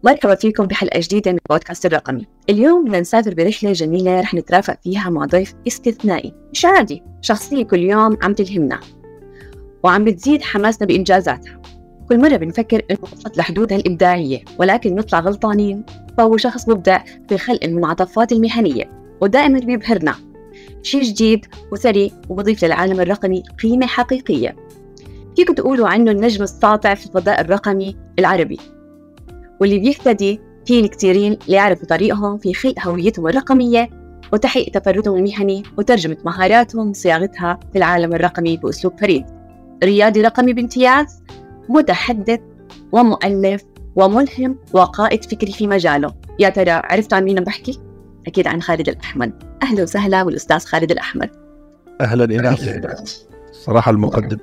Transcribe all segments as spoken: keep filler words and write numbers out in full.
مرحبا فيكم بحلقة جديدة من بودكاست الرقمي. اليوم بدنا نسافر برحلة جميلة رح نترافق فيها مع ضيف استثنائي مش عادي، شخصية كل يوم عم تلهمنا وعم بتزيد حماسنا بإنجازاتها. كل مرة بنفكر إنه وصلت لحدودها الإبداعية ولكن نطلع غلطانين، فهو شخص مبدع في خلق المنعطفات المهنية ودائما بيبهرنا شيء جديد وسريع وبضيف للعالم الرقمي قيمة حقيقية. فيكم تقولوا عنه النجم الساطع في الفضاء الرقمي العربي، واللي بيهتدي فيه الكثيرين ليعرفوا طريقهم في خلق هويتهم الرقمية وتحقيق تفردهم المهني وترجمة مهاراتهم وصياغتها في العالم الرقمي بأسلوب فريد. ريادي رقمي بامتياز، متحدث ومؤلف وملهم وقائد فكري في مجاله. يا ترى عرفتوا عن مين بحكي؟ أكيد عن خالد الأحمد. أهلا وسهلا والأستاذ خالد الأحمد. أهلا إيناس. صراحة المقدم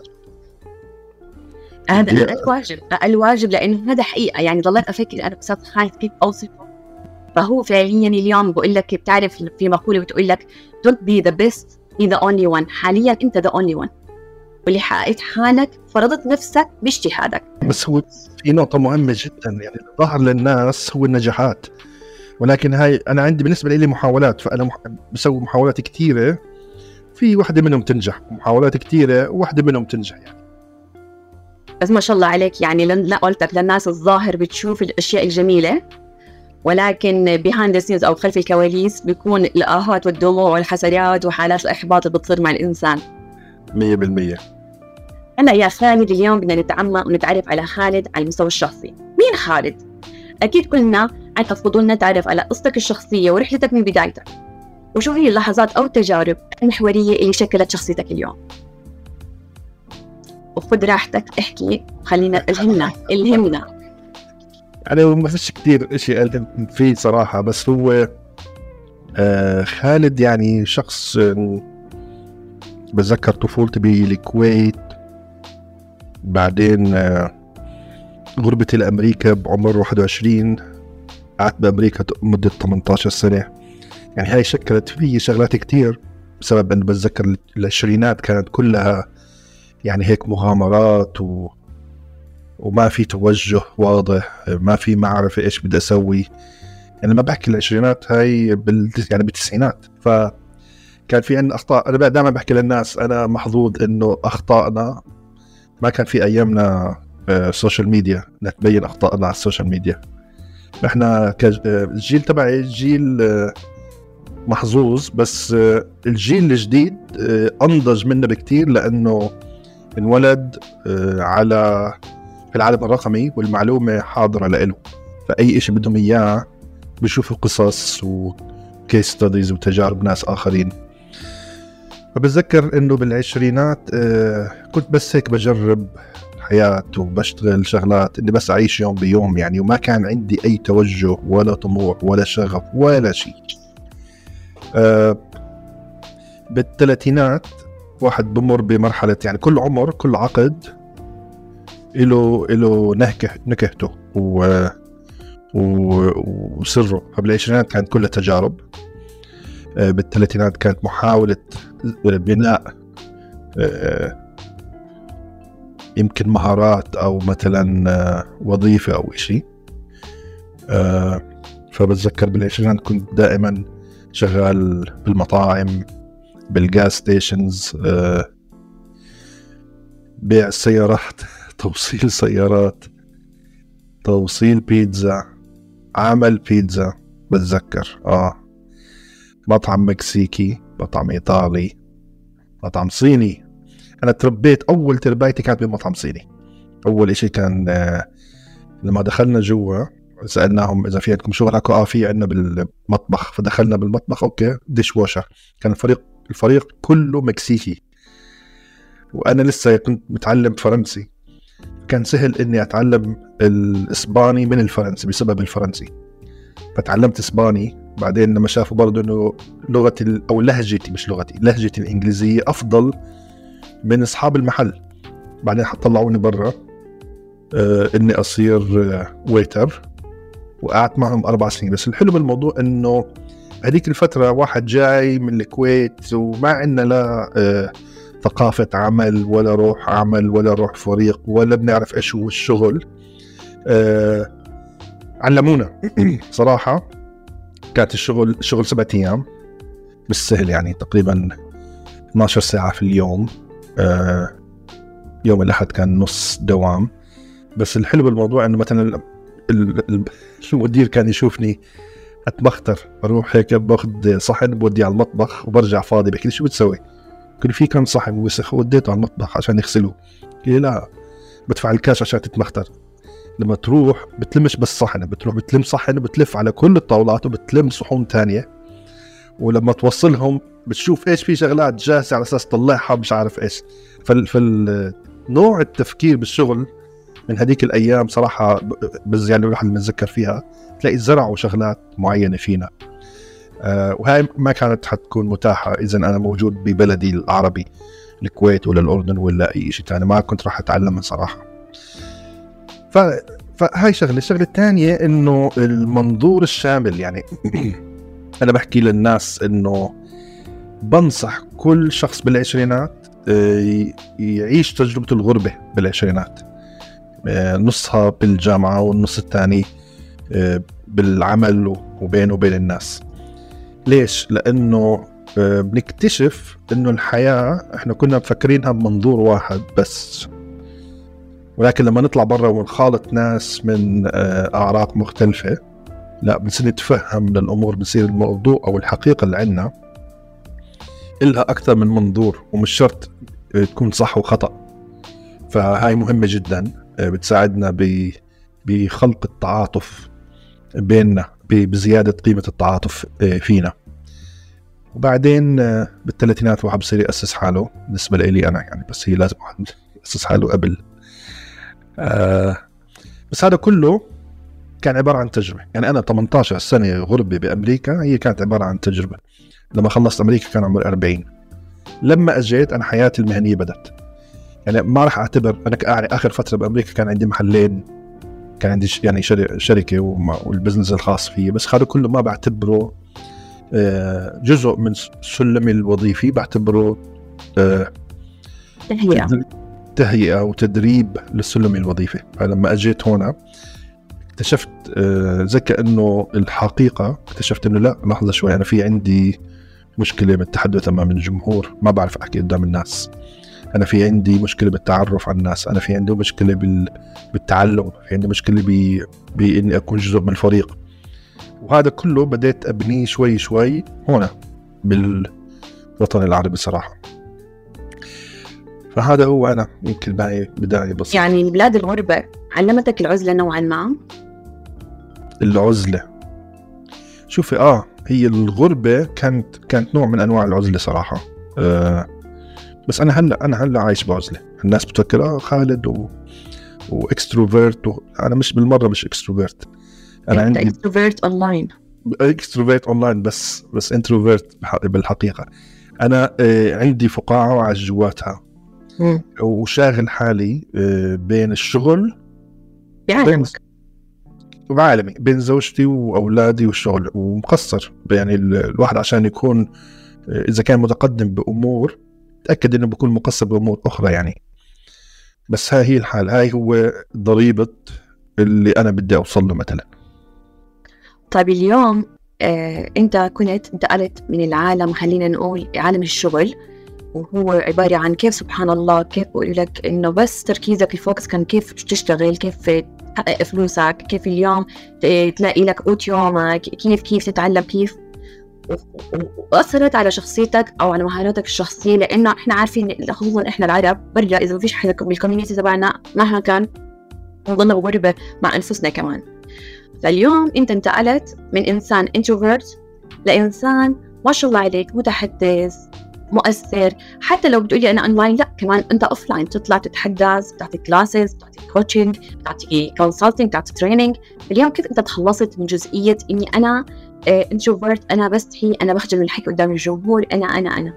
هذا أقل واجب أقل واجب لأنه هذا حقيقة، يعني ضليت أفكر أنا بصراحة خايف كيف أوصفه. فهو فعليا اليوم بقول لك، بتعرف في مقولة بتقول لك don't be the best be the only one. حاليا أنت the only one، واللي حققت حالك فرضت نفسك باجتهادك. بس هو في نقطة مهمة جدا، يعني ظهر للناس هو النجاحات، ولكن هاي أنا عندي بالنسبة لي محاولات، فأنا مح... بسوي محاولات كتيرة، في واحدة منهم تنجح، محاولات كتيرة واحدة منهم تنجح يعني. بس ما شاء الله عليك، يعني لا قلتك للناس الظاهر بتشوف الأشياء الجميلة، ولكن behind the scenes أو خلف الكواليس بيكون الآهات والدموع والحسرات وحالات الإحباط اللي بتصير مع الإنسان. مية بالمية. أنا يا خالد اليوم بدنا نتعمق ونتعرف على خالد على المستوى الشخصي. مين خالد؟ أكيد كلنا عندنا فضول نتعرف على قصتك الشخصية ورحلتك من بدايتك، وشو هي اللحظات أو التجارب المحورية اللي شكلت شخصيتك اليوم. وخذ راحتك احكي، خلينا الهمنا الهمنا. يعني ما فيش كتير إشي ألهم فيه صراحة، بس هو آه خالد يعني شخص آه بتذكر طفولتي بالكويت، بعدين آه غربتي لأمريكا بعمر واحد وعشرين، قعدت بأمريكا مدة ثمانية عشر سنة. يعني هاي شكلت فيه شغلات كتير، بسبب أن بتذكر العشرينات كانت كلها يعني هيك مغامرات و... وما في توجه واضح، ما في معرفة إيش بدي أسوي. يعني ما بحكي العشرينات هاي بال... يعني بالتسعينات، فكان في عندنا أخطاء. أنا دائما بحكي للناس أنا محظوظ إنه أخطائنا ما كان في أيامنا سوشيال ميديا نتبين أخطائنا على السوشيال ميديا. إحنا كالجيل تبعي جيل محظوظ، بس الجيل الجديد أنضج منا بكتير، لأنه انولد على في العالم الرقمي والمعلومة حاضرة لإله، فأي إشي بدهم إياه بيشوفوا قصص وكيس ستاديز وتجارب ناس آخرين. فبتذكر إنه بالعشرينات كنت بس هيك بجرب حياة وبشتغل شغلات إني بس أعيش يوم بيوم يعني، وما كان عندي أي توجه ولا طموح ولا شغف ولا شيء. بالثلاثينات واحد بمر بمرحلة، يعني كل عمر كل عقد إله إله نكه نكهته و وسره. فبالعشرينات كانت كلها تجارب، بالثلاثينات كانت محاولة بناء يمكن مهارات أو مثلا وظيفة أو إشي. فبتذكر بالعشرينات كنت دائما شغال بالمطاعم، بالغاز ستيشنز، بيع السيارات، توصيل سيارات، توصيل بيتزا، عمل بيتزا. بتذكر آه مطعم مكسيكي، مطعم إيطالي، مطعم صيني. أنا تربيت أول تربايتي كانت بمطعم صيني. أول إشي كان آه لما دخلنا جوا سألناهم إذا في عندكم شغل، حكوا آه في عندنا بالمطبخ. فدخلنا بالمطبخ، أوكي ديش واشر. كان الفريق الفريق كله مكسيكي، وأنا لسه كنت متعلم فرنسي، كان سهل إني أتعلم الإسباني من الفرنسي بسبب الفرنسي. فتعلمت إسباني. بعدين لما شافوا برضو إنه لغتي أو لهجتي مش لغتي لهجتي الإنجليزية أفضل من أصحاب المحل، بعدين حطلعوني برا آه إني أصير آه ويتر، وقعدت معهم أربع سنين. بس الحلو بالموضوع إنه هذيك الفترة واحد جاي من الكويت وما عندنا لا آه ثقافة عمل ولا روح عمل ولا روح فريق ولا بنعرف إيش هو الشغل. آه علمونا صراحة. كانت الشغل شغل سبعة أيام مش سهل، يعني تقريبا اثنا عشر ساعة في اليوم. آه يوم الأحد كان نص دوام. بس الحلو بالموضوع إنه مثلا المدير كان يشوفني أتبختر، أروح هيك باخد صحن بودي على المطبخ وبرجع فاضي، بحكي لي شو بتسوي؟ كل في كم صحن وسخ وديته على المطبخ عشان يغسلوه. قال لي لا، بدفع الكاش عشان تتبختر. لما تروح بتلمش بس صحن، بتروح بتلم صحن وبتلف على كل الطاولات وبتلم صحون تانية، ولما توصلهم بتشوف ايش في شغلات جاهزة على اساس تطلعها مش عارف ايش. فالنوع التفكير بالشغل من هذيك الايام صراحة بس يعني الواحد متذكر فيها تلاقي زرعوا شغلات معينة فينا. آه وهاي ما كانت حتكون متاحة اذا انا موجود ببلدي العربي الكويت ولا الاردن ولا اي شيء تاني، ما كنت راح اتعلمها صراحة. ف... فهاي شغلة. الشغلة الثانية إنه المنظور الشامل، يعني أنا بحكي للناس إنه بنصح كل شخص بالعشرينات يعيش تجربة الغربة بالعشرينات، نصها بالجامعة والنص الثاني بالعمل وبينه وبين الناس. ليش؟ لأنه بنكتشف إنه الحياة إحنا كنا مفكرينها بمنظور واحد بس، ولكن لما نطلع برا ونخالط ناس من أعراق مختلفة لا بنصير نتفهم للأمور، بنصير الموضوع أو الحقيقة اللي عنا إلها أكثر من منظور، ومش شرط تكون صح وخطأ. فهاي مهمة جدا، بتساعدنا بخلق التعاطف بيننا، بزيادة قيمة التعاطف فينا. وبعدين بالثلاثينات واحد بصير يأسس حاله، بالنسبة لي أنا يعني، بس هي لازم واحد يأسس حاله قبل. آه بس هذا كله كان عبارة عن تجربة. يعني أنا ثمانية عشر سنة غربة بأمريكا هي كانت عبارة عن تجربة. لما خلصت أمريكا كان عمري أربعين. لما أجيت أنا حياتي المهنية بدت، يعني ما راح أعتبر أنا يعني آخر فترة بأمريكا كان عندي محلين، كان عندي يعني شركة والبزنس الخاص فيه، بس هذا كله ما بعتبره آه جزء من سلمي الوظيفي، بعتبره آه تهيئة تهيئة وتدريب للسلم الوظيفي. فلما أجيت هنا اكتشفت آه زي كأنه الحقيقة، اكتشفت إنه لا لحظة شوي، أنا في عندي مشكلة بالتحدث أمام الجمهور، ما بعرف أحكي قدام الناس. أنا في عندي مشكلة بالتعرف على الناس، أنا في عندي مشكلة بال... بالتعلم، في عندي مشكلة ب... بإني أكون جزء من الفريق. وهذا كله بديت أبنيه شوي شوي هنا بالوطن العربي صراحة. فهذا هو أنا يمكن معي بداية بسيطة. يعني بلاد الغربة علمتك العزلة نوعا ما؟ العزلة، شوفي آه هي الغربة كانت كانت نوع من أنواع العزلة صراحة. آه بس أنا هلا أنا هلا عايش بعزلة. الناس بتفكر آه خالد و... وإكستروفيرت و... أنا مش بالمرة مش إكستروفيرت. أنا عندي إكستروفيرت أونلاين إكستروفيرت أونلاين بس بس إنتروفيرت بالحقيقة. أنا آه عندي فقاعة وعايش جواتها، وشاغل حالي بين الشغل بعالمك وعالمي، بين زوجتي وأولادي والشغل، ومقصر. يعني الواحد عشان يكون إذا كان متقدم بأمور تأكد إنه بيكون مقصر بأمور أخرى يعني. بس هاي هي الحال، هاي هو ضريبة اللي أنا بدي أوصل له مثلا. طيب اليوم آه، أنت كنت انتقلت من العالم، خلينا نقول عالم الشغل، وهو عبارة عن كيف سبحان الله كيف بقول لك إنه بس تركيزك الفوكس كان كيف تشتغل، كيف تحقق فلوسك، كيف اليوم تلاقي لك قوت يومك، كيف كيف تتعلم كيف، وأثرت على شخصيتك أو على مهاراتك الشخصية. لأنه إحنا عارفين خصوصا إحنا العرب برجع إذا ما فيش حدا بالكوميونيتي تبعنا مهما كان نضلنا بغربة مع أنفسنا كمان. فاليوم أنت انتقلت من إنسان introvert لإنسان ما شاء الله عليك متحدث مؤثر. حتى لو بتقولي أنا أونلاين، لا كمان أنت أوفلاين، تطلع تتحدث، بتعطي كلاسز، بتعطي كوتشنج، بتعطي كونسلتنج، بتعطي تريننج. اليوم كيف أنت تخلصت من جزئية إني أنا انتروفيرت، أنا بستحي، أنا بخجل من الحكي قدام الجمهور، أنا أنا أنا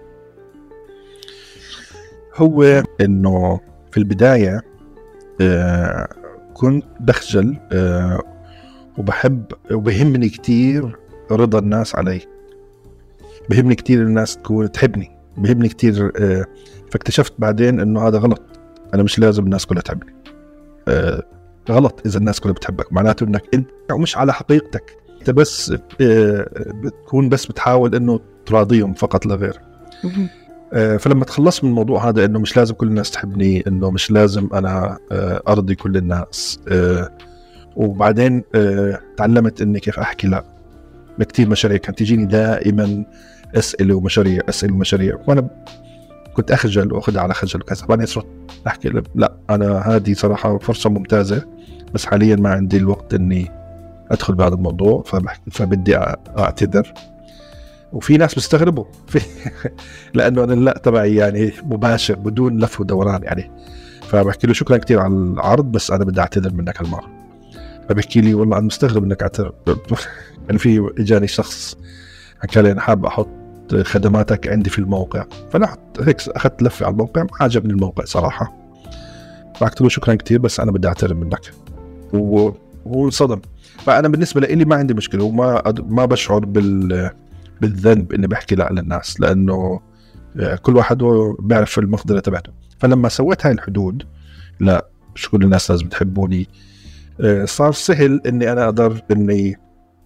هو إنه في البداية آه كنت بخجل آه وبحب وبهمني كتير رضا الناس علي، بهمني كتير الناس تكون تحبني، بهمني كتير آه فاكتشفت بعدين إنه هذا غلط. أنا مش لازم الناس كلها تحبني. آه غلط. إذا الناس كلها بتحبك معناته إنك أنت مش على حقيقتك، أنت بس بتكون بس بتحاول إنه تراضيهم فقط لا غير. فلما تخلص من الموضوع هذا إنه مش لازم كل الناس تحبني، إنه مش لازم أنا أرضي كل الناس، وبعدين تعلمت إني كيف أحكي لا. بكتير مشاريع كانت تجيني دائما أسئلة ومشاريع أسئلة ومشاريع، وأنا كنت أخجل وأخذها على خجل وكذا. بعدين صرت أحكي لا، أنا هذه صراحة فرصة ممتازة، بس حاليا ما عندي الوقت إني أدخل بهذا الموضوع، فبدي أعتذر. وفي ناس بيستغربوا لأنه أنا لا تبعي يعني مباشر بدون لف ودوران يعني، فبحكي له شكرا كتير على العرض بس أنا بدي أعتذر منك هالمرة. فبحكي لي والله أنا مستغرب إنك اعتذر. يعني في إجاني شخص حكى لي أنا حاب أحط خدماتك عندي في الموقع، فأنا هيك أخذت لفة على الموقع، ما عجبني الموقع صراحة، فقلت له شكرا كتير بس أنا بدي أعتذر منك. وهو انصدم. فأنا بالنسبة لي ما عندي مشكلة، وما ما بشعر بال بالذنب إني بحكي لا للناس، لأنه كل واحد بيعرف المقدرة تبعته. فلما سويت هاي الحدود لا مش كل الناس لازم تحبوني، صار سهل إني أنا أقدر إني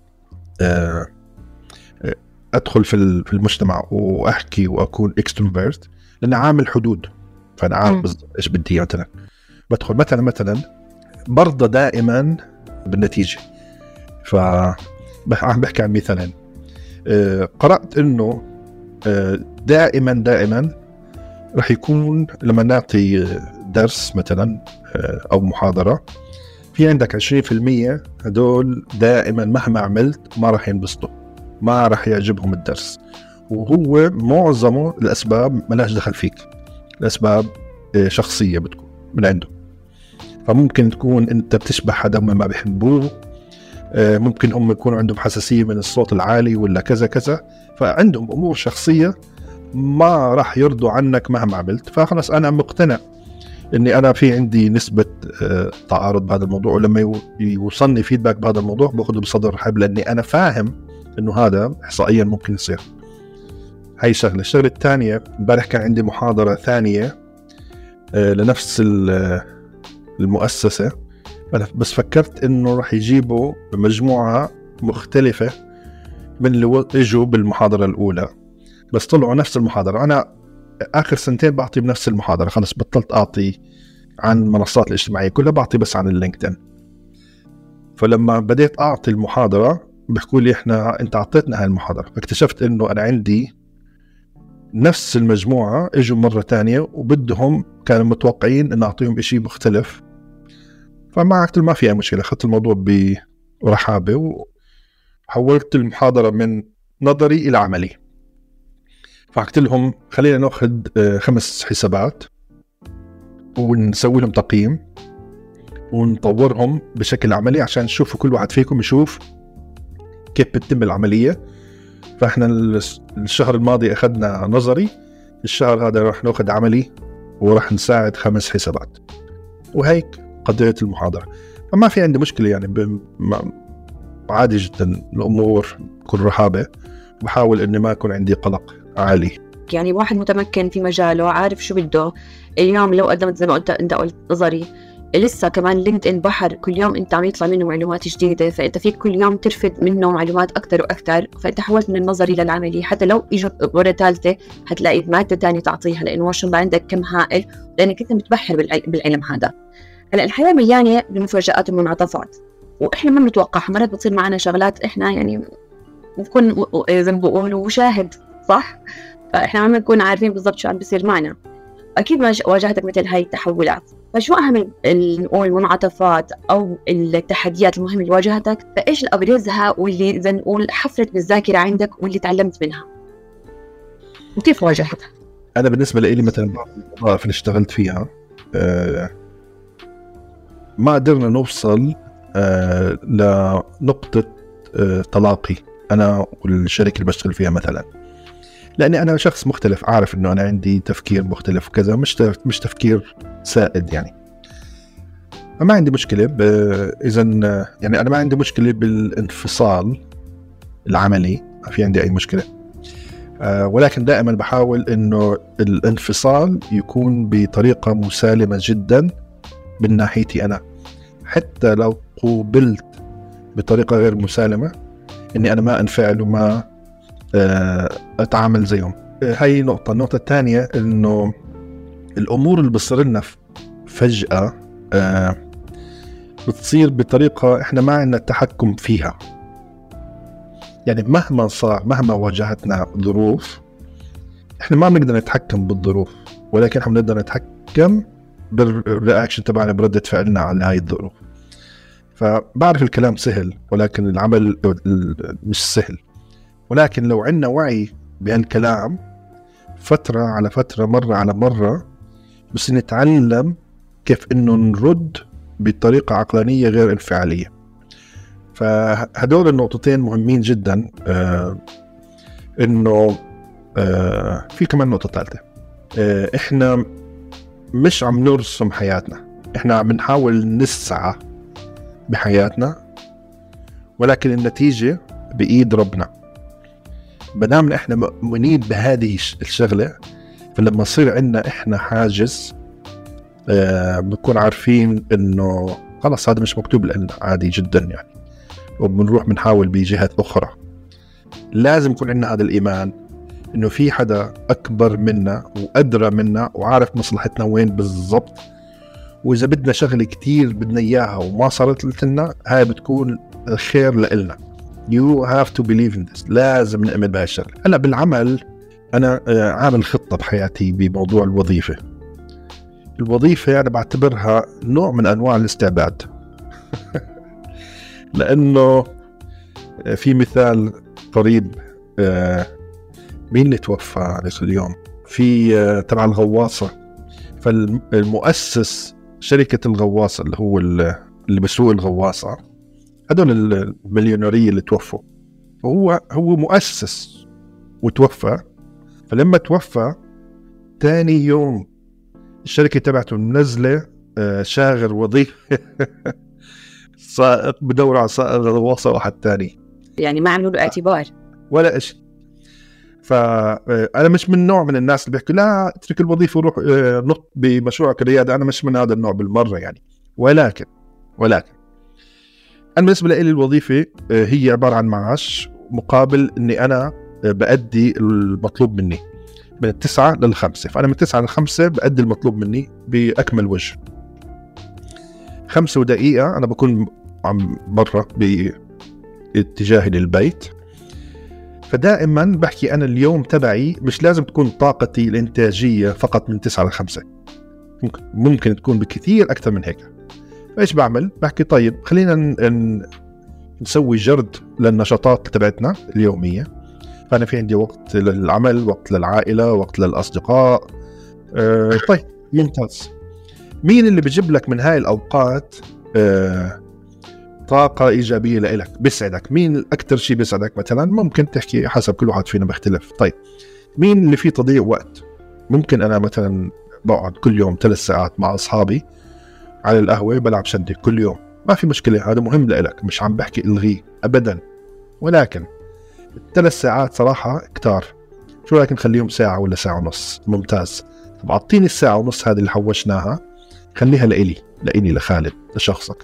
أدخل في في المجتمع وأحكي وأكون إكستروفيرت، لأن عامل حدود. فأنا عارف إيش بدي. مثلا بدخل مثلا مثلا برضى دائما بالنتيجة. فعم بحكي عن مثالين. قرأت إنه دائما دائما رح يكون لما نعطي درس مثلا أو محاضرة، في عندك عشرين بالمية هدول دائما مهما عملت ما رح ينبسطوا، ما رح يعجبهم الدرس، وهو معظمه الأسباب ملاش دخل فيك، الأسباب شخصية بتكون من عنده. فممكن تكون أنت بتشبه حدا هم ما بيحبوه، ممكن هم يكونوا عندهم حساسية من الصوت العالي ولا كذا كذا، فعندهم أمور شخصية ما راح يرضوا عنك مهما عملت. فخلص أنا مقتنع إني أنا في عندي نسبة تعارض بهذا الموضوع، ولما يوصلني فيدباك بهذا الموضوع باخده بصدر رحب، لأني أنا فاهم إنه هذا إحصائيا ممكن يصير. هاي شغلة. الشغلة الثانية، امبارح كان عندي محاضرة ثانية لنفس المؤسسة، بس فكرت إنه راح يجيبوا مجموعة مختلفة من اللي اجوا بالمحاضرة الأولى، بس طلعوا نفس المحاضرة. أنا آخر سنتين بعطي بنفس المحاضرة، خلص بطلت أعطي عن المنصات الاجتماعية كلها، بعطي بس عن اللينكدين. فلما بديت أعطي المحاضرة بيحكوا لي إحنا أنت عطيتنا هاي المحاضرة، فاكتشفت إنه أنا عندي نفس المجموعة اجوا مرة تانية وبدهم كانوا متوقعين إن أعطيهم إشي مختلف. فما قلت ما في أي مشكلة، أخذت الموضوع برحابة وحولت المحاضرة من نظري إلى عملي. فقلت لهم خلينا نأخذ خمس حسابات ونسوي لهم تقييم ونطورهم بشكل عملي عشان نشوفوا كل واحد فيكم يشوف كيف بتتم العملية. فإحنا الشهر الماضي أخذنا نظري، الشهر هذا رح نأخذ عملي ورح نساعد خمس حسابات، وهيك قضيت المحاضرة. فما في عندي مشكلة يعني، عادي جدا الأمور كل رحابة، بحاول إني ما يكون عندي قلق عالي. يعني واحد متمكن في مجاله عارف شو بده. اليوم لو قدمت زي ما قلت انت قلت نظري، لسه كمان لينكد ان بحر، كل يوم انت عم يطلع منه معلومات جديده، فانت فيك كل يوم ترفد منه معلومات اكثر واكثر. فانت حولت من النظري للعملي، حتى لو اجت مره ثالثه هتلاقي ماده ثانيه تعطيها، لانه ما شاء الله عندك كم هائل، لانك انت متبحر بالعلم هذا. هلا الحياه مليانه بالمفاجآت والمنعطفات، واحنا ما بنتوقعها. مرات بتصير معنا شغلات احنا يعني بنكون زي ما بقولوا مشاهد، صح؟ فإحنا ما بنكون عارفين بالضبط شو عم بيصير معنا. أكيد ما واجهتك مثل هاي التحولات، فشو أهم المنعطفات أو التحديات المهمة اللي واجهتك؟ فإيش الأبرزها واللي زي نقول حفرت بالذاكرة عندك واللي تعلمت منها؟ وكيف واجهتها؟ أنا بالنسبة لي مثلا الوظائف اللي اشتغلت فيها آه ما قدرنا نوصل آه لنقطة آه تلاقي أنا والشركة اللي بشتغل فيها مثلا، لأني أنا شخص مختلف، عارف إنه أنا عندي تفكير مختلف كذا، مش مش تفكير سائد يعني. ما عندي مشكلة إذا يعني أنا ما عندي مشكلة بالانفصال العملي، ما في عندي أي مشكلة، أه ولكن دائما بحاول إنه الانفصال يكون بطريقة مسالمة جدا من ناحيتي أنا، حتى لو قوبلت بطريقة غير مسالمة إني أنا ما أنفعل وما أتعامل زيهم. هاي نقطة. النقطة الثانية إنه الأمور اللي بتصير لنا فجأة بتصير بطريقة إحنا ما عندنا التحكم فيها. يعني مهما صار، مهما واجهتنا ظروف، إحنا ما بنقدر نتحكم بالظروف، ولكن إحنا بنقدر نتحكم بالرياكشن تبعنا، بردة فعلنا على هاي الظروف. فبعرف الكلام سهل، ولكن العمل مش سهل. ولكن لو عندنا وعي بهالكلام فترة على فترة، مرة على مرة، بس نتعلم كيف إنه نرد بطريقة عقلانية غير انفعالية. فهدول النقطتين مهمين جدا. آه إنه آه في كمان نقطة ثالثة. آه إحنا مش عم نرسم حياتنا، إحنا عم نحاول نسعى بحياتنا، ولكن النتيجة بإيد ربنا. بدامنا إحنا مؤمنين بهذه الشغلة، فلما يصير عندنا إحنا حاجز آه بنكون عارفين إنه خلاص هذا مش مكتوب لنا، عادي جدا يعني، وبنروح بنحاول بجهات أخرى. لازم يكون عندنا هذا الإيمان إنه في حدا أكبر منا وأدرى منا وعارف مصلحتنا وين بالضبط، وإذا بدنا شغلة كتير بدنا إياها وما صارت لنا، هاي بتكون الخير لإلنا. You have to believe in this. لازم نؤمن بهاي الشغلة. هلا بالعمل أنا عامل خطة بحياتي بموضوع الوظيفة. الوظيفة أنا بعتبرها نوع من أنواع الاستعباد. لأنه في مثال قريب، مين اللي توفى عليك اليوم؟ في تبع الغواصة. فالمؤسس شركة الغواصة اللي هو اللي بسوق الغواصة، هدول المليونيرية اللي توفوا، وهو هو مؤسس وتوفى. فلما توفى تاني يوم الشركة تبعته منزلة شاغر وظيفة سائق بدور على سائق غواصة واحد تاني. يعني ما عملوا له اعتبار ولا إشي. فأنا مش من نوع من الناس اللي بيحكوا لا اترك الوظيفة وروح نط بمشروعك الريادة. أنا مش من هذا النوع بالمرة يعني. ولكن ولكن أنا بالنسبة لي الوظيفة هي عبارة عن معاش مقابل إني أنا بأدي المطلوب مني من التسعة للخمسة. فأنا من التسعة للخمسة بأدي المطلوب مني بأكمل وجه. خمسة ودقيقة أنا بكون عم برا باتجاهي للبيت. فدائما بحكي أنا اليوم تبعي مش لازم تكون طاقتي الإنتاجية فقط من تسعة لخمسة، ممكن, ممكن تكون بكثير أكثر من هيك. فإيش بعمل؟ بحكي طيب خلينا ن... نسوي جرد للنشاطات تبعتنا اليومية. فأنا في عندي وقت للعمل، وقت للعائلة، وقت للأصدقاء. أه طيب ممتاز. مين اللي بيجيب لك من هاي الأوقات أه طاقة إيجابية لإلك بيسعدك؟ مين أكتر شيء بيسعدك؟ مثلا ممكن تحكي حسب كل واحد فينا بيختلف. طيب مين اللي فيه تضيع وقت؟ ممكن أنا مثلا بقعد كل يوم ثلاث ساعات مع أصحابي على القهوة بلعب شدة كل يوم، ما في مشكلة، هذا مهم لإلك، مش عم بحكي إلغيه أبدا. ولكن الثلاث ساعات صراحة كتار، شو رأيك نخليهم ساعة ولا ساعة ونص؟ ممتاز. طب أعطيني الساعة ونص هذه اللي حوشناها خليها لإلي لإلي لخالد لشخصك.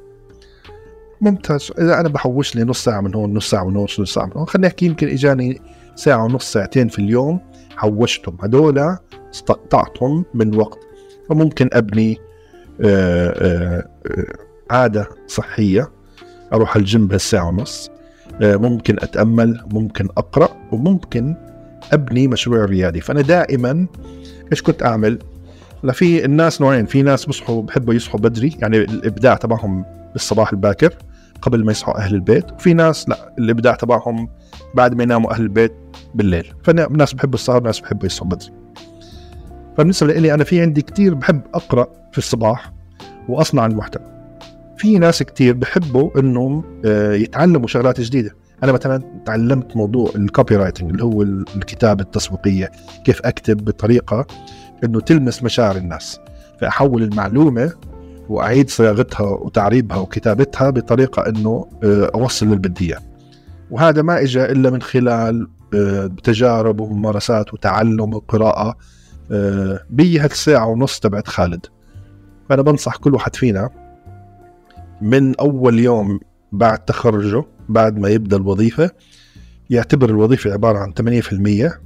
ممتاز. إذا أنا بحوش لي نص ساعة من هون، نص ساعة من هون، نص ساعة من هون، خلينا نحكي يمكن إجاني ساعة ونص، ساعتين في اليوم حوشتهم، هدول استقطعتهم من وقت. فممكن أبني آآ آآ عادة صحية، أروح الجيم بهالساعة ونص، ممكن أتأمل، ممكن أقرأ، وممكن أبني مشروع ريادي. فأنا دائما إيش كنت أعمل؟ لا، في الناس نوعين، في ناس بيصحوا بحبوا يصحوا بدري، يعني الإبداع تبعهم بالصباح الباكر قبل ما يصحوا أهل البيت، وفي ناس لا، الإبداع تبعهم بعد ما يناموا أهل البيت بالليل. فالناس بحبوا السهر، ناس بحبوا يصحوا بدري. فبالنسبة لي أنا في عندي كتير بحب أقرأ في الصباح وأصنع المحتوى. في ناس كتير بحبوا إنهم يتعلموا شغلات جديدة. أنا مثلا تعلمت موضوع الكوبي رايتنج اللي هو الكتابة التسويقية، كيف أكتب بطريقة إنه تلمس مشاعر الناس، فأحول المعلومة وأعيد صياغتها وتعريبها وكتابتها بطريقة إنه أوصل للبدية. وهذا ما إجا إلا من خلال تجارب وممارسات وتعلم وقراءة بهالساعة ونص تبعت خالد. فأنا بنصح كل واحد فينا من أول يوم بعد تخرجه، بعد ما يبدأ الوظيفة، يعتبر الوظيفة عبارة عن ثمانية بالمية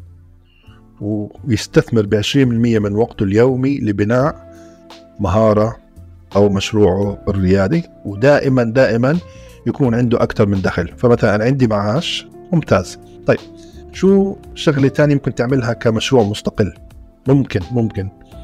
ويستثمر بعشرين بالمية من وقته اليومي لبناء مهارة أو مشروعه الريادي، ودائما دائما يكون عنده أكثر من دخل. فمثلا عندي معاش ممتاز، طيب شو شغلة تانية ممكن تعملها كمشروع مستقل؟ ممكن ممكن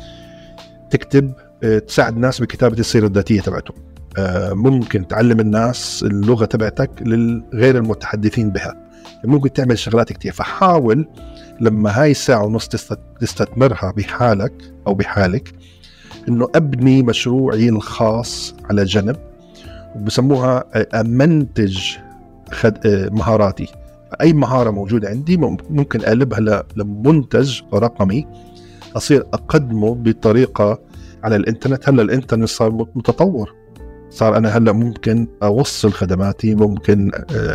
تكتب، تساعد الناس بكتابة السيرة الذاتية تبعتهم، ممكن تعلم الناس اللغة تبعتك للغير المتحدثين بها، ممكن تعمل شغلات كتير. فحاول لما هاي الساعة ونص تستثمرها بحالك أو بحالك إنه أبني مشروعي الخاص على جنب، وبسموها أمنتج مهاراتي. أي مهارة موجودة عندي ممكن أقلبها لمنتج رقمي أصير أقدمه بطريقة على الإنترنت. هلأ الإنترنت صار متطور، صار أنا هلأ ممكن أوصل خدماتي، ممكن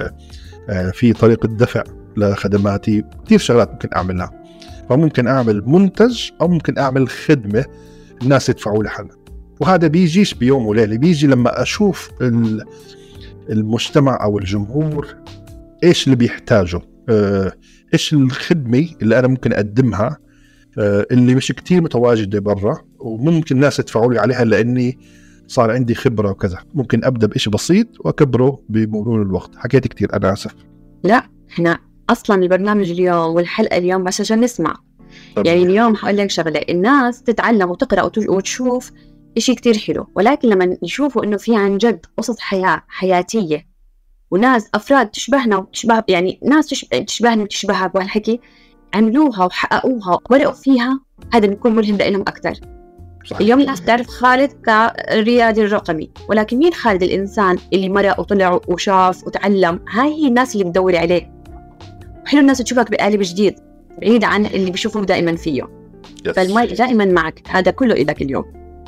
في طريقة دفع لخدماتي، كتير شغلات ممكن أعملها. فممكن أعمل منتج أو ممكن أعمل خدمة الناس يدفعوا لها، وهذا بيجيش بيوم وليلة، بيجي لما أشوف المجتمع أو الجمهور إيش اللي بيحتاجه، إيش الخدمة اللي أنا ممكن أقدمها اللي مش كتير متواجدة برا وممكن الناس يدفعوا لي عليها لأني صار عندي خبرة وكذا. ممكن أبدأ بإشي بسيط وأكبره بمرور الوقت. حكيت كتير، أنا آسف. لا، إحنا أصلا البرنامج اليوم والحلقة اليوم بس عشان نسمع. طبعا. يعني اليوم هقول لك شغلة، الناس تتعلم وتقرأ وتشوف إشي كتير حلو، ولكن لما يشوفوا إنه في عن جد قصص حياة حياتية وناس أفراد تشبهنا وتشبه، يعني ناس تشبهنا وتشبهها بهالحكي، عملوها وحققوها وورقوا فيها، هذا بيكون ملهم لهم أكتر. صحيح. اليوم الناس تعرف خالد كريادي الرقمي، ولكن مين خالد الإنسان اللي مرق وطلع وشاف وتعلم؟ هاي هي الناس اللي بتدور عليه. وحلو الناس تشوفك بقالب جديد بعيد عن اللي بيشوفوه دائما فيه. yes. فالمايك دائما معك، هذا كله إلك اليوم.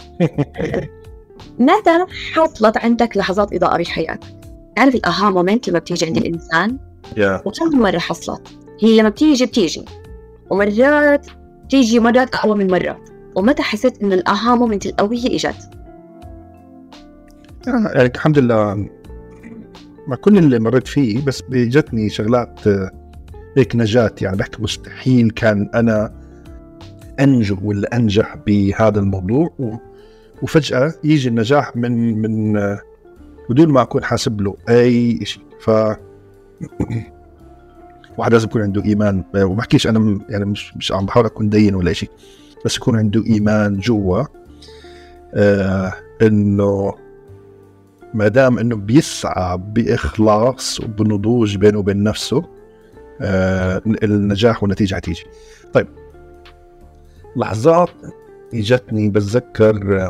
متى حصلت عندك لحظات إضاءة بحياتك؟ تعرف الأها مومنت لما بتيجي عند الإنسان؟ yeah. وكم مرة حصلت؟ هي لما بتيجي بتيجي ومرات تيجي مرات أقوى من مرات. ومتى حسيت إن الأها مومنت القوية إجت؟ يعني الحمد لله مع كل اللي مريت فيه، بس بيجتني شغلات هيك نجاة. يعني بحكي مستحيل كان أنا أنجو ولا أنجح بهذا الموضوع، وفجأة يجي النجاح من من بدون ما أكون حاسب له أي شيء. ف واحد لازم يكون عنده إيمان، وبحكيش أنا يعني مش مش عم بحاول أكون دين ولا شيء، بس يكون عنده إيمان جوا آه إنه ما دام إنه بيسعى بإخلاص وبنضوج بينه وبين نفسه، آه النجاح والنتيجة هتيجي. طيب لحظات إجتني بتذكر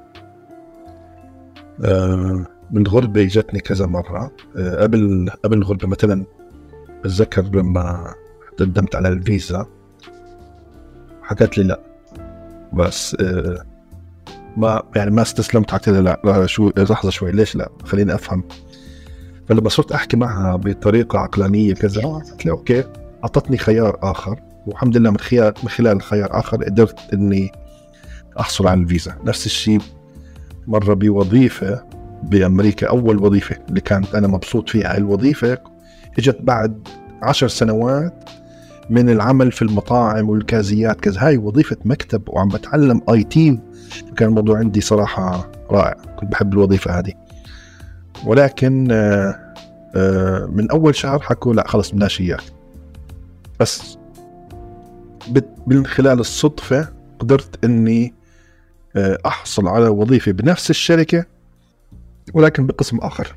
آه من الغربة، إجتني كذا مرة آه قبل قبل الغربة. مثلا بتذكر لما قدمت على الفيزا حكت لي لا، بس آه ما يعني ما استسلمت، حكيت لها لا, لا شو لحظة شوي، ليش لا، خليني أفهم. فلما صرت أحكي معها بطريقة عقلانية كذا، قلت لي أوكي، أعطتني خيار آخر، والحمد لله من خلال من خلال الخيار آخر قدرت إني أحصل على الفيزا. نفس الشيء مرة بوظيفة بأمريكا، أول وظيفة اللي كانت أنا مبسوط فيها. الوظيفة إجت بعد عشر سنوات من العمل في المطاعم والكازيات كذا. هاي وظيفة مكتب وعم بتعلم آي تي، كان الموضوع عندي صراحة رائع، كنت بحب الوظيفة هذه. ولكن آآ آآ من أول شهر حكوا لا خلص بدناش إياك. بس من خلال الصدفة قدرت إني أحصل على وظيفة بنفس الشركة ولكن بقسم آخر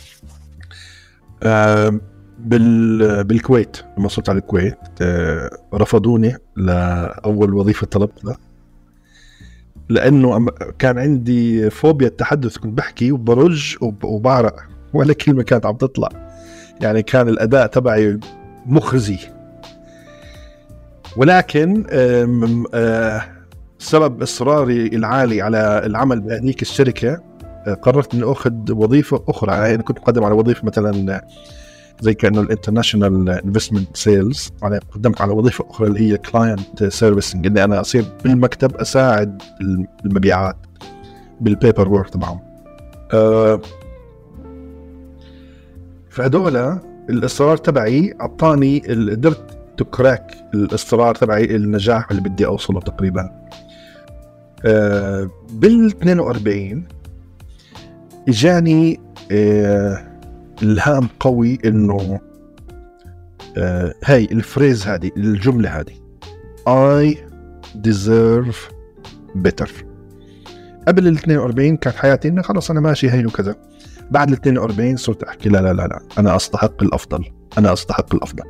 بالكويت. لما وصلت على الكويت رفضوني لأول وظيفة طلبتها، لأنه كان عندي فوبيا التحدث، كنت بحكي وبرج وبعرق ولا كلمة كانت عم تطلع، يعني كان الأداء تبعي مخزي. ولكن سبب إصراري العالي على العمل بهذيك الشركة قررت إني أخذ وظيفة أخرى. يعني كنت مقدم على وظيفة مثلا زي كأنه الانترناشنال انفستمنت سيلز، يعني قدمت على وظيفة أخرى اللي هي كلاينت سيرفيسنج، إني أنا أصير بالمكتب أساعد المبيعات بالبيبر وورك تبعهم. أه فهدول الإصرار تبعي أعطاني، قدرت تكراك الإصرار تبعي النجاح اللي بدي أوصله تقريبا. آه بال اثنين وأربعين إجاني آه الهام قوي إنه آه هاي الفريز هذه، الجملة هذه I deserve better. قبل ال اثنين وأربعين كانت حياتي إنه خلاص أنا ماشي هين وكذا. بعد ال اثنين وأربعين صرت أحكي لا لا لا لا أنا أستحق الأفضل، أنا أستحق الأفضل.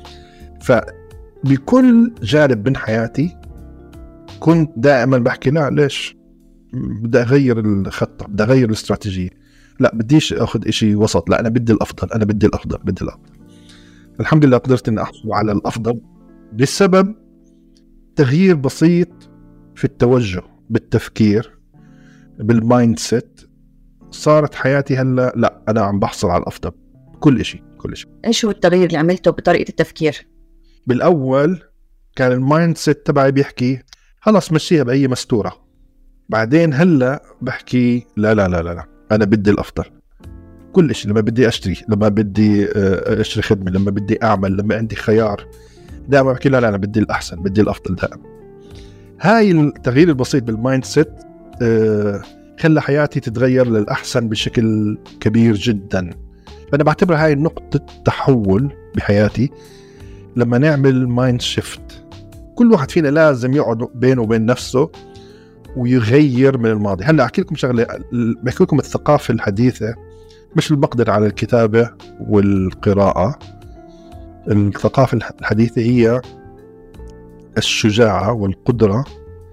فبكل جانب من حياتي كنت دائما بحكي لا ليش بدي أغير الخطة، بدي أغير الاستراتيجية، لا بديش أخذ إشي وسط، لا أنا بدي الأفضل، أنا بدي الأفضل بدي الأفضل. الحمد لله قدرت أن أحصل على الأفضل بسبب تغيير بسيط في التوجه، بالتفكير، بالمايند سيت. صارت حياتي هلا لا أنا عم بحصل على الأفضل كل إشي كل إشي. إيش هو التغيير اللي عملته بطريقة التفكير؟ بالأول كان المايند سيت تبعي بيحكي خلاص مشيها بأي مستورة. بعدين هلا بحكي لا لا لا لا, لا. أنا بدي الأفضل كل إشي. لما بدي أشتري، لما بدي أشتري خدمة، لما بدي أعمل، لما عندي خيار، دائما بحكي لا لا أنا بدي الأحسن، بدي الأفضل دائما. هاي التغيير البسيط بالمايند سيت خلى حياتي تتغير للأحسن بشكل كبير جدا. فأنا بعتبر هاي نقطة تحول بحياتي لما نعمل مايند شيفت. كل واحد فينا لازم يقعد بينه وبين نفسه ويغير من الماضي. هلا أحكي لكم شغلة، بحكي لكم الثقافة الحديثة مش المقدر على الكتابة والقراءة. الثقافة الحديثة هي الشجاعة والقدرة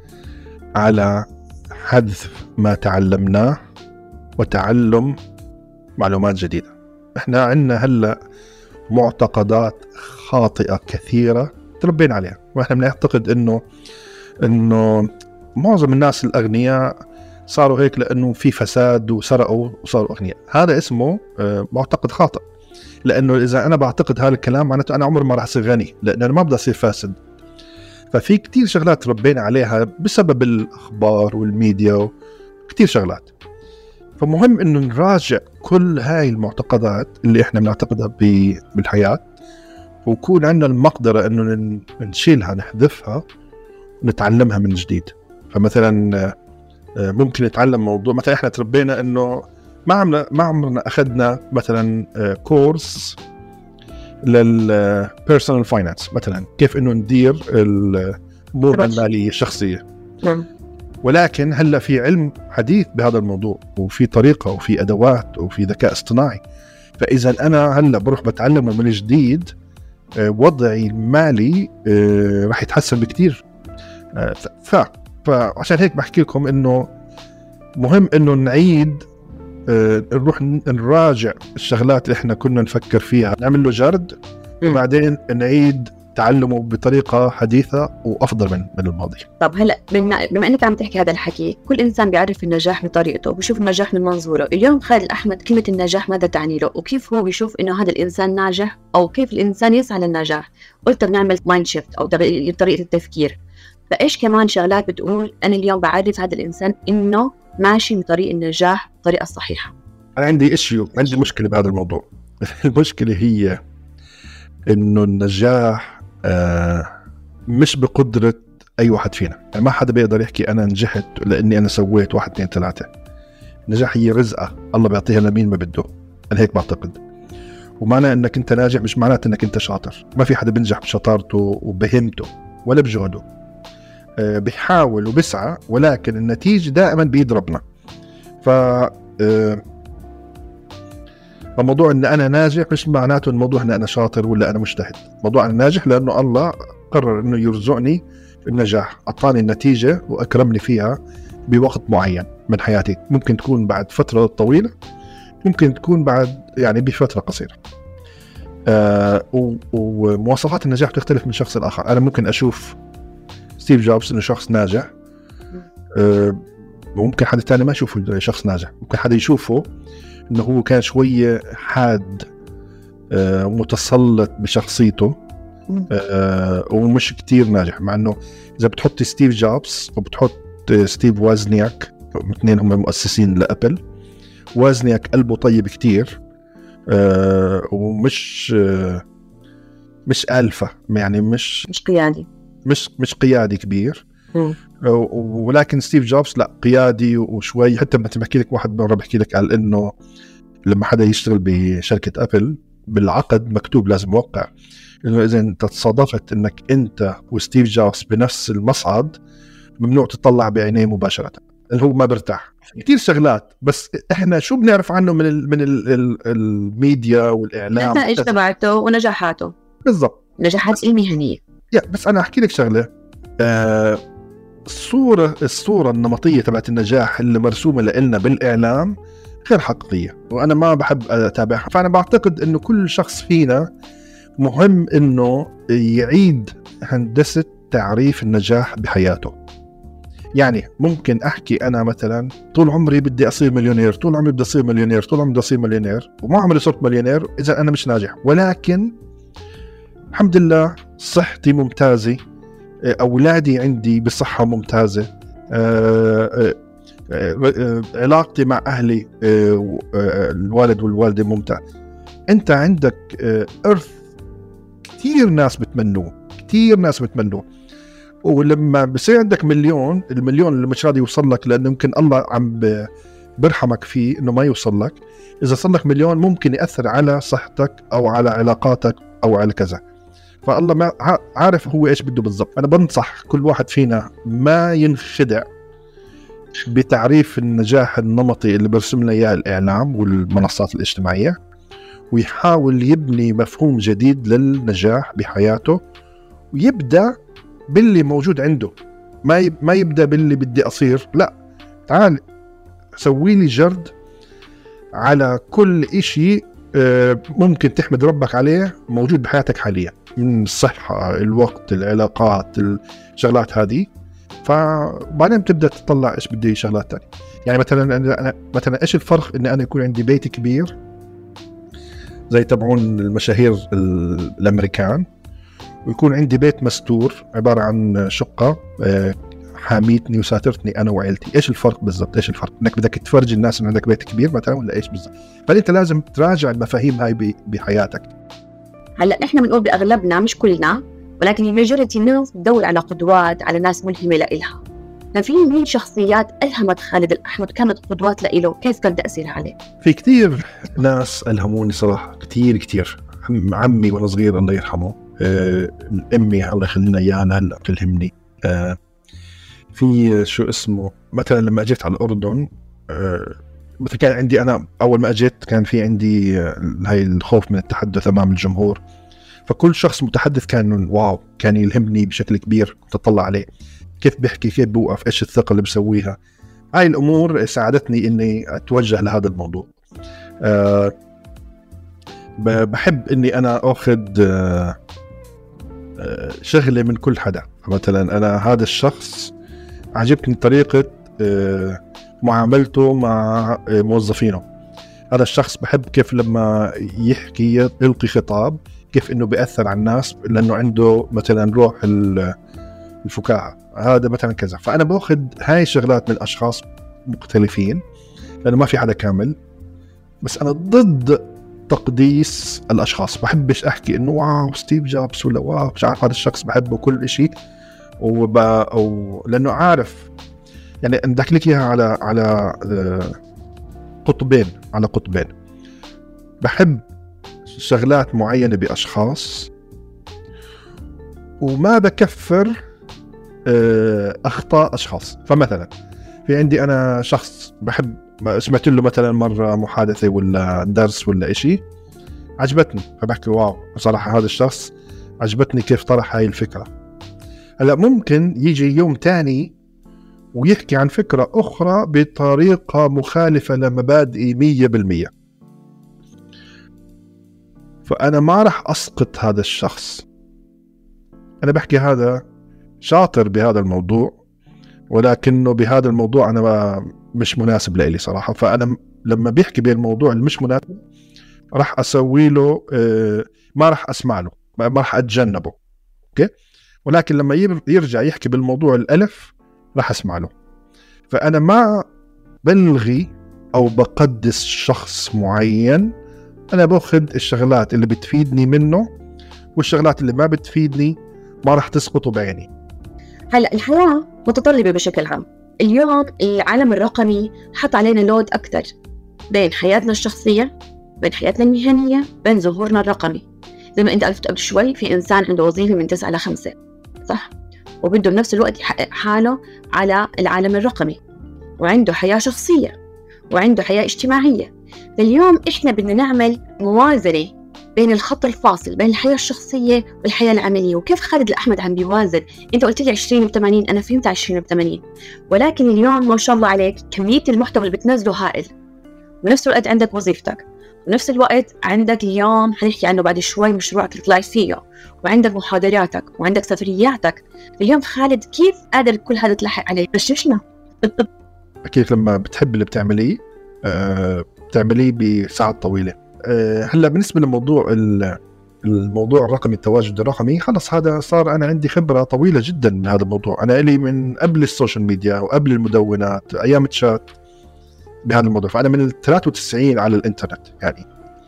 على حذف ما تعلمناه وتعلم معلومات جديدة. احنا عندنا هلا معتقدات خاطئة كثيرة تربينا عليها، واحنا بنعتقد انه انه معظم الناس الاغنياء صاروا هيك لانه في فساد وسرقوا وصاروا اغنياء. هذا اسمه معتقد خاطئ، لانه اذا انا بعتقد هذا الكلام معناته انا عمري ما راح اصير غني، لان انا ما بدي اصير فاسد. ففي كتير شغلات تربينا عليها بسبب الاخبار والميديا، كتير شغلات. فمهم انه نراجع كل هاي المعتقدات اللي احنا بنعتقدها بالحياة، ويكون عندنا المقدرة انه نشيلها، نحذفها، ونتعلمها من جديد. فمثلا ممكن نتعلم موضوع، مثلا احنا تربينا انه ما عمرنا ما عمرنا اخذنا مثلا كورس للبيرسونال فاينانس، مثلا كيف انه ندير الامور المالية الشخصية. ولكن هلا في علم حديث بهذا الموضوع، وفي طريقة وفي ادوات وفي ذكاء اصطناعي. فاذا انا هلا بروح بتعلمه من جديد، وضعي المالي راح يتحسن بكتير. ف فعشان هيك بحكي لكم انه مهم انه نعيد، نروح نراجع الشغلات اللي احنا كنا نفكر فيها، نعمل له جرد، وبعدين نعيد تعلمه بطريقة حديثة وأفضل من من الماضي. طب هلا بما, بما أنك عم تحكي هذا الحكي، كل إنسان بيعرف النجاح بطريقته، بيشوف النجاح من منظوره. اليوم خالد أحمد كلمة النجاح ماذا تعني له، وكيف هو بيشوف إنه هذا الإنسان ناجح، أو كيف الإنسان يسعى للنجاح؟ قلت بنعمل مايند شيفت أو طريقة التفكير. فإيش كمان شغلات بتقول أنا اليوم بعرف هذا الإنسان إنه ماشي بطريق النجاح بطريقة الصحيحة؟ أنا عندي إشيو، عندي مشكلة بهذا الموضوع. المشكلة هي إنه النجاح آه مش بقدرة أي واحد فينا. يعني ما حدا بيقدر يحكي أنا نجحت لأني أنا سويت واحد اثنين ثلاثة. النجاح هي رزقة الله بيعطيها لمين ما بده، أنا هيك بعتقد. ومعنى إنك أنت ناجح مش معناته إنك أنت شاطر. ما في حدا بنجح بشطارته وبهمته ولا بجهده، آه بيحاول وبسعى، ولكن النتيجة دائما بيد ربنا. ف آه فموضوع ان انا ناجح مش معناته الموضوع ان انا شاطر ولا انا مجتهد. موضوع انا ناجح لانه الله قرر انه يرزقني النجاح، اعطاني النتيجه واكرمني فيها بوقت معين من حياتي. ممكن تكون بعد فتره طويله، ممكن تكون بعد يعني بفتره قصيره. آه ومواصفات النجاح تختلف من شخص لاخر. انا ممكن اشوف ستيف جوبز انه شخص ناجح، آه وممكن حد ثاني ما يشوفه شخص ناجح. ممكن حدا يشوفه انه هو كان شوية حاد، آه متسلط بشخصيته، آه ومش كتير ناجح. مع انه اذا بتحط ستيف جوبز وبتحط ستيف وازنياك، اثنين هم مؤسسين لأبل. وازنياك قلبه طيب كتير، آه ومش آه مش ألفة، يعني مش مش قيادي مش مش قيادي كبير. م. ولكن ستيف جوبز لا، قيادي وشوي. حتى ما بحكي لك واحد مرة بحكي لك على إنه لما حدا يشتغل بشركة أبل بالعقد مكتوب لازم موقع إنه إذا أنت تصادفت إنك أنت وستيف جوبز بنفس المصعد ممنوع تطلع بعينيه مباشرة، اللي هو ما برتاح. كتير شغلات، بس إحنا شو بنعرف عنه من ال من ال ال الميديا والإعلام، النتائج تبعته ونجاحاته. بالضبط، نجاحات المهنية. يا بس أنا أحكي لك شغلة. آه الصورة الصورة النمطية تبعت النجاح اللي مرسومة لنا بالإعلام غير حقيقية، وأنا ما بحب أتابعها. فأنا بعتقد إنه كل شخص فينا مهم إنه يعيد هندسة تعريف النجاح بحياته. يعني ممكن أحكي أنا مثلا طول عمري بدي أصير مليونير، طول عمري بدي أصير مليونير، طول عمري بدي أصير مليونير، وما عمري صرت مليونير، إذا أنا مش ناجح. ولكن الحمد لله صحتي ممتازة، أولادي عندي بصحة ممتازة، أه أه علاقتي مع أهلي أه الوالد والوالدة ممتاز. أنت عندك أه إرث كتير ناس بتمنوه، كتير ناس بتمنوه. ولما بصير عندك مليون، المليون اللي مش راضي يوصل لك لأنه يمكن الله عم برحمك فيه إنه ما يوصل لك، إذا صار لك مليون ممكن يأثر على صحتك أو على علاقاتك أو على كذا. فالله ما عارف هو إيش بده بالضبط. أنا بنصح كل واحد فينا ما ينخدع بتعريف النجاح النمطي اللي برسم لنا إياه الإعلام والمنصات الاجتماعية، ويحاول يبني مفهوم جديد للنجاح بحياته، ويبدأ باللي موجود عنده. ما ما يبدأ باللي بدي أصير، لا، تعال سوي لي جرد على كل إشي ممكن تحمد ربك عليه موجود بحياتك حاليا، من الصحة، الوقت، العلاقات، الشغلات هذه. فبعدين بتبدأ تطلع إيش بدي شغلات تانية. يعني مثلا أنا مثلا إيش الفرق إن أنا يكون عندي بيت كبير زي تبعون المشاهير الأمريكان، ويكون عندي بيت مستور عبارة عن شقة حاميتني وساترتني أنا وعائلتي. إيش الفرق بالضبط؟ إيش الفرق؟ إنك بدك تفرج الناس إن عندك بيت كبير مثلا، ولا إيش بالضبط؟ فأنت لازم تراجع المفاهيم هاي بحياتك. هلا إحنا بنقول بأغلبنا، مش كلنا، ولكن الماجوريتي الناس تدور على قدوات، على ناس ملهمة لإلها. ففي مين شخصيات ألهمت خالد الأحمر كانت قدوات لإله؟ كيف كان تأثيرها عليه؟ في كتير ناس ألهموني صراحة، كتير كتير. عمي وأنا صغير الله يرحمه، آه، أمي الله يخلينا إياها هلا تلهمني. آه، في شو اسمه مثلا لما أجيت على الأردن، آه، مثلا كان عندي أنا أول ما أجيت كان في عندي آه، هاي الخوف من التحدث أمام الجمهور. فكل شخص متحدث كان واو، كان يلهمني بشكل كبير. كنت أطلع عليه كيف بيحكي، كيف بوقف، إيش الثقة اللي بسويها. هاي الأمور ساعدتني إني أتوجه لهذا الموضوع. أه بحب إني أنا أخذ أه أه شغلة من كل حدا. مثلا أنا هذا الشخص عجبتني طريقة أه معاملته مع موظفينه. هذا الشخص بحب كيف لما يحكي يلقي خطاب كيف إنه بيأثر على الناس، لأنه عنده مثلا روح الفكاهة، هذا مثلا كذا. فأنا باخذ هاي الشغلات من أشخاص مختلفين، لأنه ما في حدا كامل. بس أنا ضد تقديس الأشخاص. بحبش أحكي إنه واو ستيف جوبز ولا واو مش عارف هذا الشخص بحبه كل إشي، وب... أو لأنه عارف يعني أندك لك إياها على على قطبين على قطبين. بحب شغلات معينة بأشخاص، وما بكفر أخطاء أشخاص. فمثلا في عندي أنا شخص بحب، سمعت له مثلا مرة محادثة ولا درس ولا إشي عجبتني، فبحكي واو صراحة هذا الشخص عجبتني كيف طرح هاي الفكرة. هلا ممكن يجي يوم تاني ويحكي عن فكرة أخرى بطريقة مخالفة لمبادئي مية بالمية، فأنا ما رح أسقط هذا الشخص. أنا بحكي هذا شاطر بهذا الموضوع، ولكنه بهذا الموضوع أنا مش مناسب لإلي صراحة. فأنا لما بيحكي بالموضوع المش مناسب رح أسوي له، ما رح أسمع له، ما رح أتجنبه. أوكي؟ ولكن لما يرجع يحكي بالموضوع الألف رح أسمع له. فأنا ما بلغي أو بقدس شخص معين أنا باخذ الشغلات اللي بتفيدني منه، والشغلات اللي ما بتفيدني ما راح تسقط بعيني. هلأ الحياة متطلبة بشكل عام. اليوم العالم الرقمي حط علينا لود أكتر بين حياتنا الشخصية، بين حياتنا المهنية، بين ظهورنا الرقمي. زي ما أنت قلت قبل شوي، في إنسان عنده وظيفة من تسعة لخمسة، صح؟ وبده بنفس الوقت يحقق حاله على العالم الرقمي، وعنده حياة شخصية، وعنده حياة اجتماعية. فاليوم إحنا بدنا نعمل موازنة بين الخط الفاصل بين الحياة الشخصية والحياة العملية. وكيف خالد الأحمد عم بيوازن؟ أنت قلت لي عشرين بثمانين، أنا فهمت عشرين بثمانين، ولكن اليوم ما شاء الله عليك كمية المحتوى اللي بتنزله هائل، ونفس الوقت عندك وظيفتك، ونفس الوقت عندك اليوم حنحكي عنه بعد شوي مشروعك اللي طلعت فيه، وعندك محاضراتك، وعندك سفرياتك. اليوم خالد كيف قادر كل هذا تلحق عليه؟ غششنا. أكيد لما بتحب اللي بتعمليه أه بتعمليه بساعات طويلة. أه هلا بالنسبة للموضوع الموضوع الرقمي، التواجد الرقمي، خلص هذا صار أنا عندي خبرة طويلة جدا من هذا الموضوع. أنا إلي من قبل السوشيال ميديا وقبل المدونات، أيام تشات بهذا الموضوع. فأنا من ثلاثة وتسعين على الإنترنت يعني.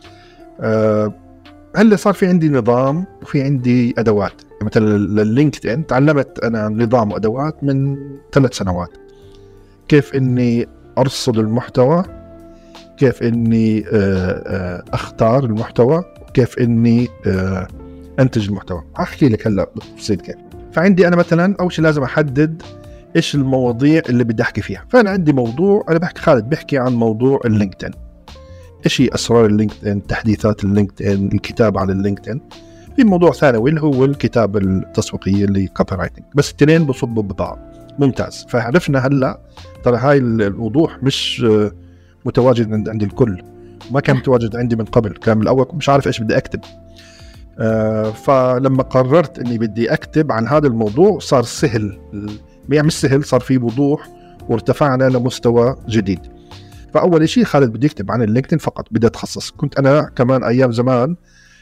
أه هلا صار في عندي نظام وفي عندي أدوات. مثلا لللينكد إن تعلمت أنا نظام وأدوات من ثلاث سنوات، كيف إني أرصد المحتوى، كيف إني أختار المحتوى، كيف إني أنتج المحتوى. أحكي لك هلا بتفصيل كيف. فعندي أنا مثلا أول شيء لازم أحدد إيش المواضيع اللي بدي أحكي فيها. فأنا عندي موضوع، أنا بحكي خالد بحكي عن موضوع اللينكد إن، إيش هي أسرار اللينكد إن، تحديثات اللينكد إن، الكتابة على اللينكد إن. في موضوع ثانوي اللي هو الكتابة التسويقية اللي كوبي رايتنج. بس التنين بصبوا ببعض. ممتاز. فعرفنا هلا ترى هاي الوضوح مش متواجد عند الكل، ما كان متواجد عندي من قبل. كان من الأول مش عارف إيش بدي أكتب. آه فلما قررت إني بدي أكتب عن هذا الموضوع صار سهل، يعني مش سهل، صار في وضوح وارتفعنا لمستوى جديد. فأول شيء خالد بدي أكتب عن اللينكدين فقط، بدي أتخصص. كنت أنا كمان أيام زمان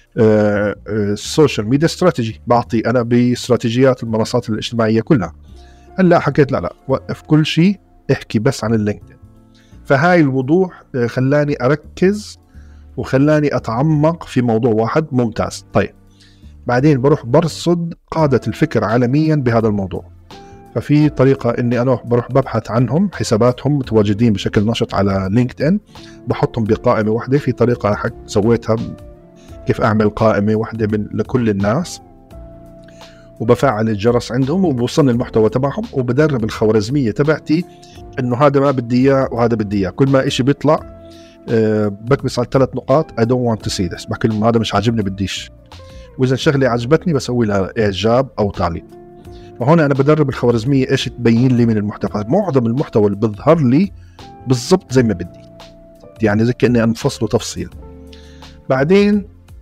السوشيال ميديا استراتيجي، بعطي أنا باستراتيجيات المنصات الاجتماعية كلها. هلا حكيت لا لا وقف كل شيء، احكي بس عن اللينكدين. فهاي الوضوح خلاني أركز وخلاني أتعمق في موضوع واحد. ممتاز. طيب بعدين بروح برصد قادة الفكر عالميا بهذا الموضوع. ففي طريقة إني أنا بروح ببحث عنهم، حساباتهم متواجدين بشكل نشط على لينكد إن، بحطهم بقائمة واحدة. في طريقة حق سويتها كيف أعمل قائمة واحدة من لكل الناس، وبفعل الجرس عندهم وبوصلني المحتوى تبعهم، وبدرب الخوارزمية تبعتي إنه هذا ما بدي إياه وهذا بدي إياه. كل ما إشي بيطلع أه بكبس على ثلاث نقاط I don't want to see this، بحكي لهم هذا مش عاجبني بديش. وإذا شغلة عجبتني بسوي لها إعجاب أو تعليق. وهنا أنا بدرب الخوارزمية إيش تبين لي من المحتوى. معظم المحتوى اللي بظهر لي بالضبط زي ما بدي، يعني زي كأني أنفصله تفصيل. بعدين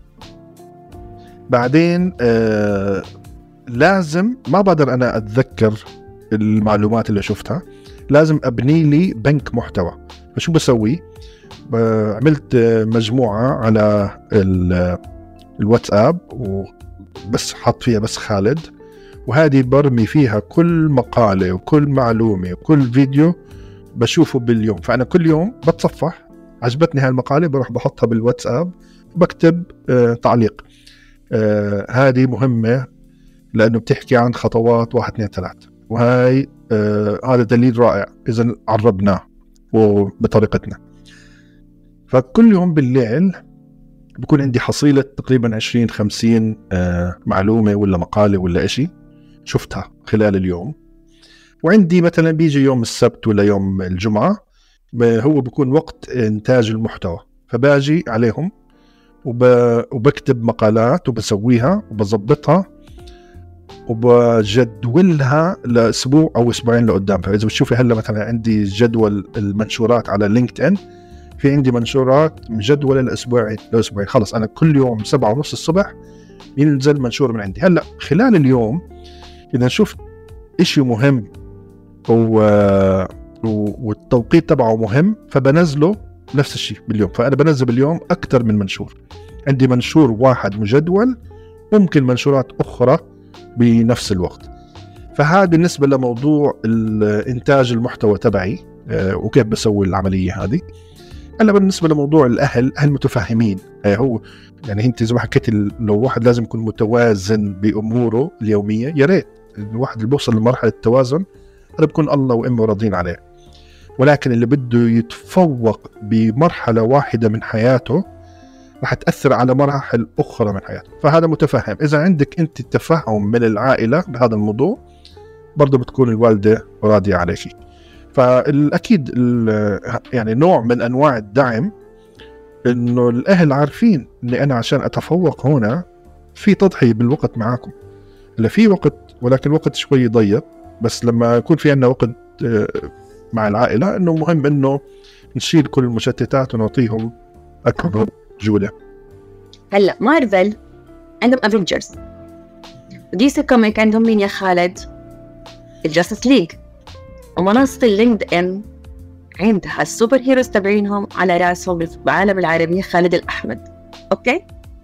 بعدين آه لازم ما بقدر أنا أتذكر المعلومات اللي شفتها، لازم أبني لي بنك محتوى. فشو بسوي؟ عملت مجموعة على الواتساب وبس حط فيها بس خالد، وهذه برمي فيها كل مقالة وكل معلومة وكل فيديو بشوفه باليوم. فأنا كل يوم بتصفح عجبتني هاي المقالة بروح بحطها بالواتساب وبكتب آه تعليق. آه هذه مهمة لأنه بتحكي عن خطوات واحد اثنين ثلاثة، وهاي آه هذا دليل رائع إذا عربناه وبطريقتنا. فكل يوم بالليل بكون عندي حصيلة تقريبا عشرين خمسين آه معلومة ولا مقالة ولا إشي شفتها خلال اليوم. وعندي مثلا بيجي يوم السبت ولا يوم الجمعة هو بيكون وقت إنتاج المحتوى، فباجي عليهم وبكتب مقالات وبسويها وبضبطها وبجدولها لأسبوع أو أسبوعين لقدام. فإذا بتشوفي هلا مثلا عندي جدول المنشورات على لينكد إن، في عندي منشورات مجدولة لأسبوعين لأسبوعين. خلص أنا كل يوم سبعة ونص الصبح ينزل منشور من عندي. هلا خلال اليوم إذا شفت إشي مهم والتوقيت تبعه مهم فبنزله نفس الشيء باليوم. فأنا بنزل باليوم أكثر من منشور، عندي منشور واحد مجدول، ممكن منشورات أخرى بنفس الوقت. فهذا بالنسبة لموضوع إنتاج المحتوى تبعي وكيف بسوي العملية هذه. هلا بالنسبه لموضوع الاهل، اهل متفاهمين. هو يعني انت زي ما حكيت لو واحد لازم يكون متوازن باموره اليوميه، يا ريت الواحد اللي بيوصل لمرحله التوازن هذا بكون الله وامه راضين عليه. ولكن اللي بده يتفوق بمرحله واحده من حياته راح تاثر على مراحل اخرى من حياته، فهذا متفهم. اذا عندك انت تفهم من العائله بهذا الموضوع برضه بتكون الوالده راضيه عليك. فالاكيد يعني نوع من انواع الدعم انه الاهل عارفين اني انا عشان اتفوق هنا في تضحية بالوقت معاكم، لا في وقت ولكن الوقت شوي ضيق، بس لما يكون في عندنا وقت مع العائله انه مهم انه نشيل كل المشتتات ونعطيهم اكبر جوله. هلا مارفل عندهم افنجرز، دي سي كوميك عندهم مين يا خالد؟ الجاستس ليج. ومنصة اللينكد ان عندها السوبر هيروز تبعينهم على راسهم بالعالم العربي خالد الأحمد. اوكي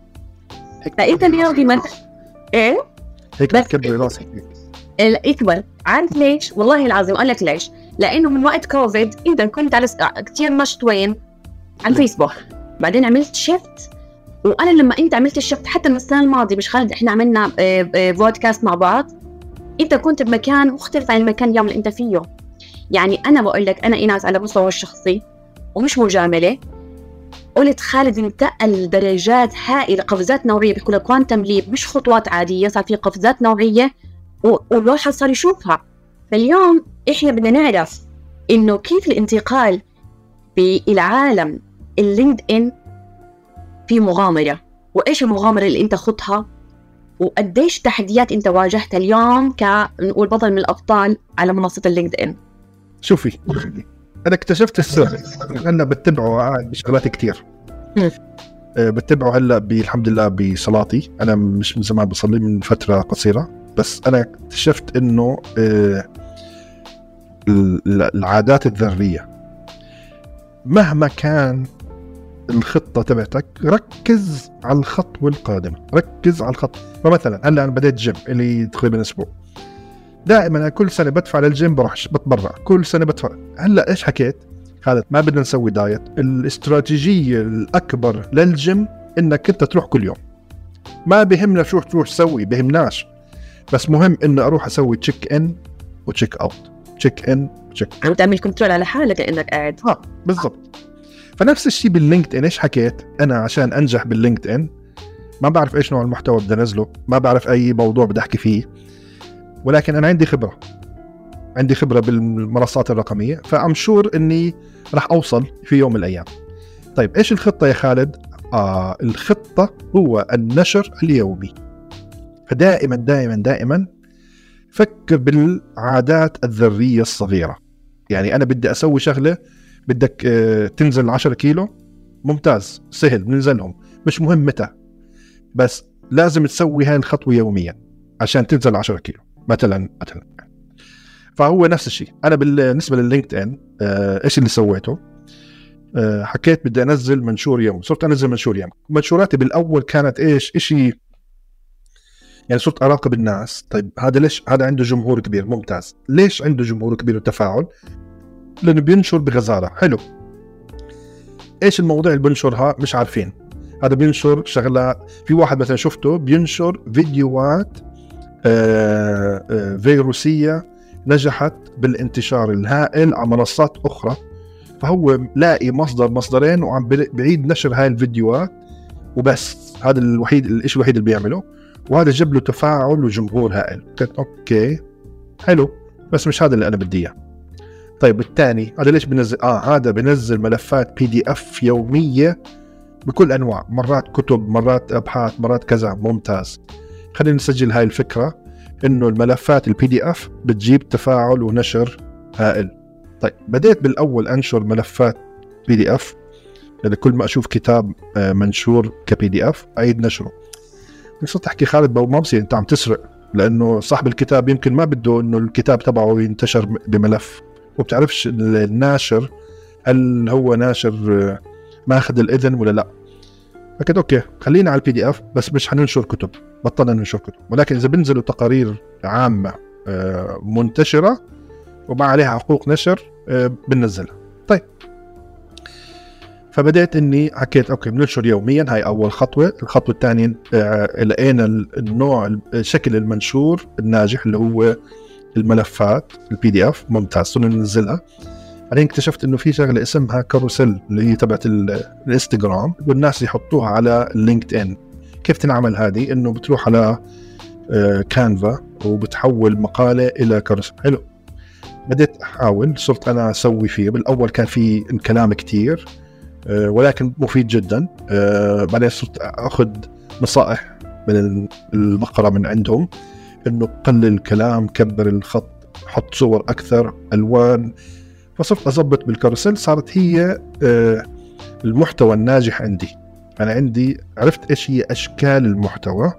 فانت اليوم في منطقة ايه هيك بتكبر راسك الاكبر. عارف ليش؟ والله العظيم اقول لك ليش. لانه من وقت كوفيد انت كنت على كثير نشط وين؟ على الفيسبوك، بعدين عملت شيفت. وانا لما انت عملت الشيفت حتى السنه الماضيه مش خالد احنا عملنا بودكاست مع بعض، انت كنت بمكان مختلف عن المكان اليوم اللي انت فيه. يعني انا بقول لك انا ايناس على مستوى الشخصي ومش مجامله، قلت خالد انتقل درجات هائله، قفزات نوعيه، بيقول كوانتم ليب، مش خطوات عاديه، صار في قفزات نوعيه والواحد صار يشوفها. فاليوم احنا بدنا نعرف انه كيف الانتقال بالعالم اللينكد ان في مغامره، وايش المغامره اللي انت خضتها، وقديش تحديات انت واجهتها اليوم كنقول بطل من الابطال على منصه اللينكد ان. شوفي انا اكتشفت السر، انا بتبعه قاعد بشغلات كتير. أه بتبعه هلا بالحمد لله بصلاتي، انا مش من زمان بصلي من فتره قصيره، بس انا اكتشفت انه أه العادات الذريه مهما كان الخطه تبعتك ركز على الخطوه القادمه، ركز على الخط. فمثلا هلا انا بديت جيم اللي تقريبا اسبوع، دائما كل سنه بدفع للجيم بروح بتبرع كل سنه بدفع. هلا ايش حكيت؟ خالد ما بدنا نسوي دايت، الاستراتيجيه الاكبر للجيم انك انت تروح كل يوم. ما بهمنا شو تروح تسوي، بهمناش، بس مهم اني اروح اسوي تشيك ان وتشيك اوت، تشيك ان وتشيك اوت، عم تعمل كنترول على حالك لانك قاعد. اه بالضبط. فنفس الشيء باللينكد ان. ايش حكيت؟ انا عشان انجح باللينكد ان ما بعرف ايش نوع المحتوى بدي انزله، ما بعرف اي موضوع بدي احكي فيه، ولكن انا عندي خبره، عندي خبره بالمنصات الرقميه، فام شور اني راح اوصل في يوم من الايام. طيب ايش الخطه يا خالد؟ آه الخطه هو النشر اليومي. فدائما دائما دائما فكر بالعادات الذريه الصغيره. يعني انا بدي اسوي شغله، بدك آه تنزل عشرة كيلو، ممتاز سهل ننزلهم، مش مهم متى، بس لازم تسوي هاي الخطوه يوميا عشان تنزل عشرة كيلو مثلا مثلا. فهو نفس الشيء. انا بالنسبه لللينكد ان آه ايش اللي سويته؟ آه حكيت بدي انزل منشور يوم، صرت انزل منشور يوم. منشوراتي بالاول كانت ايش اشي، يعني صرت اراقب الناس. طيب هذا ليش؟ هذا عنده جمهور كبير، ممتاز. ليش عنده جمهور كبير وتفاعل؟ لانه بينشر بغزاره. حلو. ايش المواضيع اللي بينشرها؟ مش عارفين. هذا بينشر شغلات. في واحد مثلا شفته بينشر فيديوهات آه آه فيروسيه نجحت بالانتشار الهائل على منصات أخرى، فهو لاقي مصدر مصدرين وعم بعيد نشر هاي الفيديوهات وبس. هذا الوحيد الشيء الوحيد اللي بيعمله، وهذا جاب له تفاعل وجمهور هائل. قلت أوكي حلو، بس مش هذا اللي أنا بدي إياه. طيب الثاني هذا ليش بنزل؟ آه هذا بنزل ملفات بي دي اف يومية بكل أنواع، مرات كتب، مرات أبحاث، مرات كذا. ممتاز، خلينا نسجل هاي الفكرة إنه الملفات البي دي اف بتجيب تفاعل ونشر هائل. طيب بديت بالأول أنشر ملفات بي دي اف، يعني كل ما أشوف كتاب منشور كبي دي اف أعيد نشره. صرت أحكي خالد ما بصير، أنت عم تسرق، لأنه صاحب الكتاب يمكن ما بده إنه الكتاب تبعه ينتشر بملف، وبتعرفش الناشر هل هو ناشر ما أخذ الإذن ولا لا. فكده أوكي خلينا على البي دي اف، بس مش حننشر كتب، بطلنا ننشر كتب. ولكن إذا بنزلوا تقارير عامة منتشرة وما عليها حقوق نشر بننزلها. طيب فبدأت إني حكيت أوكي بننشر يوميا، هاي أول خطوة. الخطوة الثانية آه لقينا النوع شكل المنشور الناجح اللي هو الملفات البي دي اف، ممتاز صرنا ننزلها. بعدين اكتشفت إنه في شغلة اسمها كاروسيل اللي هي تبعت الانستغرام، والناس يحطوها على لينكد إن. كيف تنعمل هذه؟ إنه بتروح على آه كانفا وبتحول مقالة إلى كاروسيل. حلو، بديت أحاول، صرت أنا أسوي فيه. بالأول كان في الكلام كتير أه ولكن مفيد جدا. أه بعدين صرت أخذ نصائح من البقرة من عندهم، إنه قلل الكلام، كبر الخط، حط صور أكثر، ألوان. فصرت أضبط بالكاروسيل. صارت هي أه المحتوى الناجح عندي. أنا عندي عرفت إيش هي أشكال المحتوى،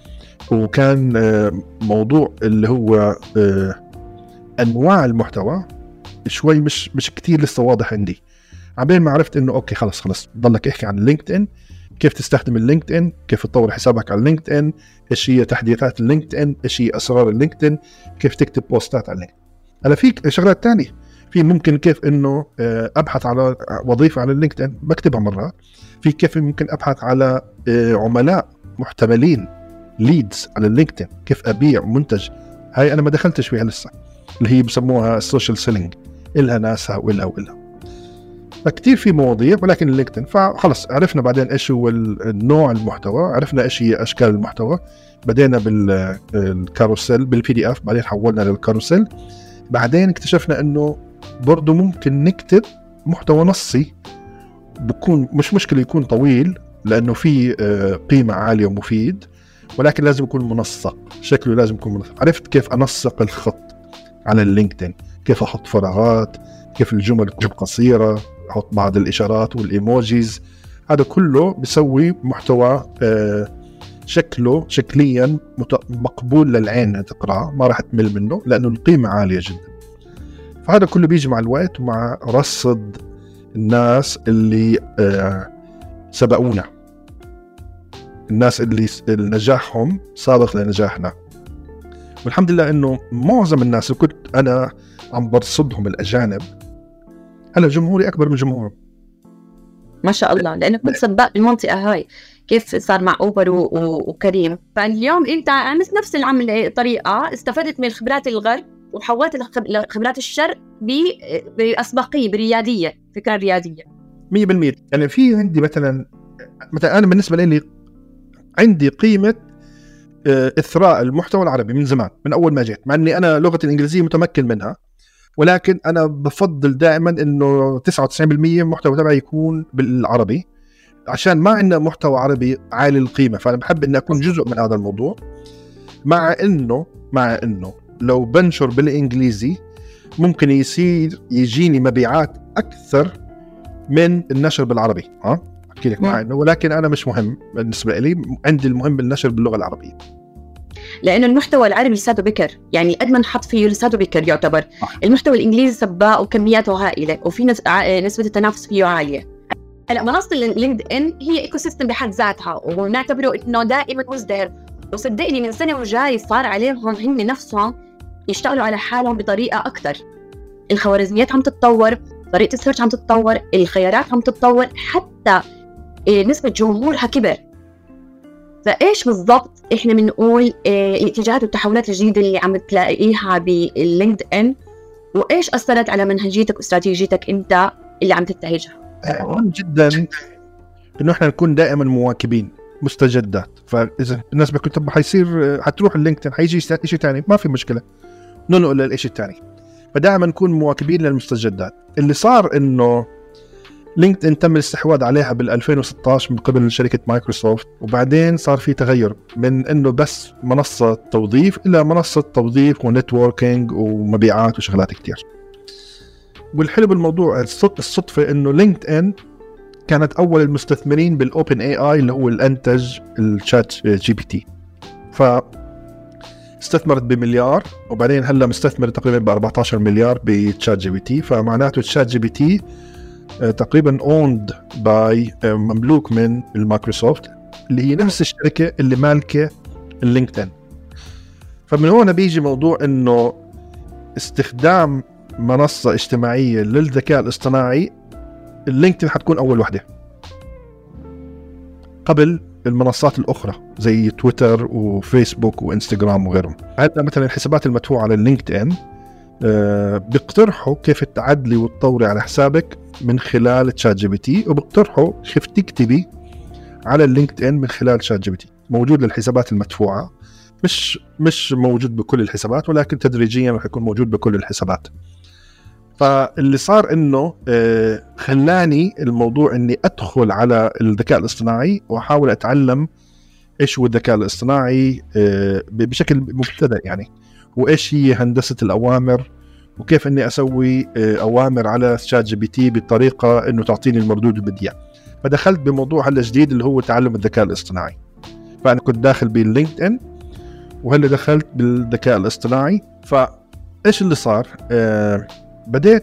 وكان أه موضوع اللي هو أه أنواع المحتوى شوي مش مش كتير لسه واضح عندي. عبين ما عرفت إنه أوكي خلص خلص ضلك احكي عن لينكد إن، كيف تستخدم اللينكد إن، كيف تطور حسابك على لينكد إن، إيش هي تحديثات اللينكد إن، إيش هي أسرار اللينكد إن، كيف تكتب بوستات على لينكد. هلا في شغلات تانية، في ممكن كيف إنه أبحث على وظيفة على اللينكد إن بكتبها مرات. في كيف ممكن أبحث على عملاء محتملين ليدز على اللينكد إن، كيف أبيع منتج. هاي أنا ما دخلتش فيها لسه، اللي هي بسموها السوشيال سيلينج، إلها ناسها وإلها وإلها. فكتير في مواضيع، ولكن اللينكدين فخلص عرفنا بعدين إيش هو النوع المحتوى، عرفنا إيش هي أشكال المحتوى. بدينا بالكاروسيل بالبي دي اف، بعدين حولنا للكاروسيل. بعدين اكتشفنا إنه برضو ممكن نكتب محتوى نصي، بكون مش مشكلة يكون طويل لأنه فيه قيمة عالية ومفيد، ولكن لازم يكون منسق، شكله لازم يكون منسق. عرفت كيف أنسق الخط على اللينكدين، كيف أحط فراغات، كيف الجمل تكون قصيرة، أحط بعض الإشارات والإيموجيز. هذا كله بيسوي محتوى آه شكله شكليا مقبول للعين تقرأه، ما راح تمل منه لأنه القيمة عالية جدا. فهذا كله بيجي مع الوقت ومع رصد الناس اللي آه سبقونا، الناس اللي نجاحهم سابق لنجاحنا. والحمد لله إنه معظم الناس اللي كنت أنا عم برصدهم الأجانب هلا جمهوري أكبر من جمهورهم ما شاء الله، لأنه كنت سباق بالمنطقة هاي. كيف صار مع أوبر و... و... وكريم. فاليوم أنت عملت نفس العمل طريقة، استفدت من خبرات الغرب وحولت لخبرات الشرق ب... بأسبقية بريادية، فكرة ريادية مية بالمية. يعني في عندي مثلا مثلا أنا بالنسبة لي عندي قيمة إثراء المحتوى العربي من زمان، من أول ما جيت، مع أني أنا لغة الإنجليزية متمكن منها، ولكن أنا بفضل دائما إنه تسعة وتسعين بالمية محتوى تبعي يكون بالعربي، عشان ما عندنا محتوى عربي عالي القيمة. فأنا بحب إني أكون جزء من هذا الموضوع، مع إنه مع إنه لو بنشر بالإنجليزي ممكن يصير يجيني مبيعات أكثر من النشر بالعربي. ها أحكي لك مع إنه، ولكن أنا مش مهم بالنسبة لي، عندي المهم بالنشر باللغة العربية، لأن المحتوى العربي لساته بكر، يعني قد ما نحط فيه لساته بكر يعتبر. آه. المحتوى الإنجليزي سباق وكمياته هائلة، وفي نسبة التنافس فيه عالية. هلا منصة اللينكد إن هي إيكو سيستم بحد ذاتها، ونعتبره إنه دائما مزدهر. وصدقني من سنة وجاي صار عليهم هم نفسهم يشتغلوا على حالهم بطريقة أكتر. الخوارزميات عم تتطور، طريقة السيرش عم تتطور، الخيارات عم تتطور، حتى نسبة جمهورها كبر. فإيش بالضبط إحنا بنقول الاتجاهات والتحولات الجديدة اللي عم تلاقيها باللينكد إن، وإيش أثرت على منهجيتك واستراتيجيتك أنت اللي عم تتجهها؟ مهم جدا إنه إحنا نكون دائما مواكبين مستجدات. فإذا الناس بيقول طب حيصير حتروح اللينكد إن حيجي شيء تاني، ما في مشكلة ننقل للإشي التاني. فدائما نكون مواكبين للمستجدات. اللي صار إنه لينكد إن تم الاستحواذ عليها بال ألفين وستة عشر من قبل شركة مايكروسوفت، وبعدين صار في تغير من إنه بس منصة توظيف إلى منصة توظيف ونتوركينج ومبيعات وشغلات كتير. والحلو بالموضوع الصدفة إنه لينكد إن كانت أول المستثمرين بالأوبن اي اي اللي هو الأنتج الشات جي بي تي. فاستثمرت بمليار، وبعدين هلا مستثمر تقريبا ب أربعة عشر مليار بشات جي بي تي. فمعناته الشات جي بي تي تقريبا owned by مملوك من المايكروسوفت، اللي هي نفس الشركة اللي مالكة اللينكدين. فمن هنا بيجي موضوع إنه استخدام منصة اجتماعية للذكاء الاصطناعي اللينكدين حتكون أول واحدة قبل المنصات الأخرى زي تويتر وفيسبوك وإنستغرام وغيرهم. عندنا مثلا الحسابات المدفوعة على اللينكدين أه بيقترحوا كيف تعدلي وتطوري على حسابك من خلال تشات جي بي تي، وبيقترحوا كيف تكتبي على اللينكدين من خلال تشات جي بي تي. موجود للحسابات المدفوعة، مش مش موجود بكل الحسابات، ولكن تدريجيا راح يكون موجود بكل الحسابات. فاللي صار انه آه خلاني الموضوع اني ادخل على الذكاء الاصطناعي واحاول اتعلم ايش هو الذكاء الاصطناعي آه بشكل مبتدئ يعني، وايش هي هندسة الاوامر، وكيف اني اسوي آه اوامر على شات جي بي تي بطريقة انه تعطيني المردود اللي بدي اياه. فدخلت بموضوع هلا جديد اللي هو تعلم الذكاء الاصطناعي. فانا كنت داخل باللينكدين وهلا دخلت بالذكاء الاصطناعي. فايش اللي صار؟ آه بديت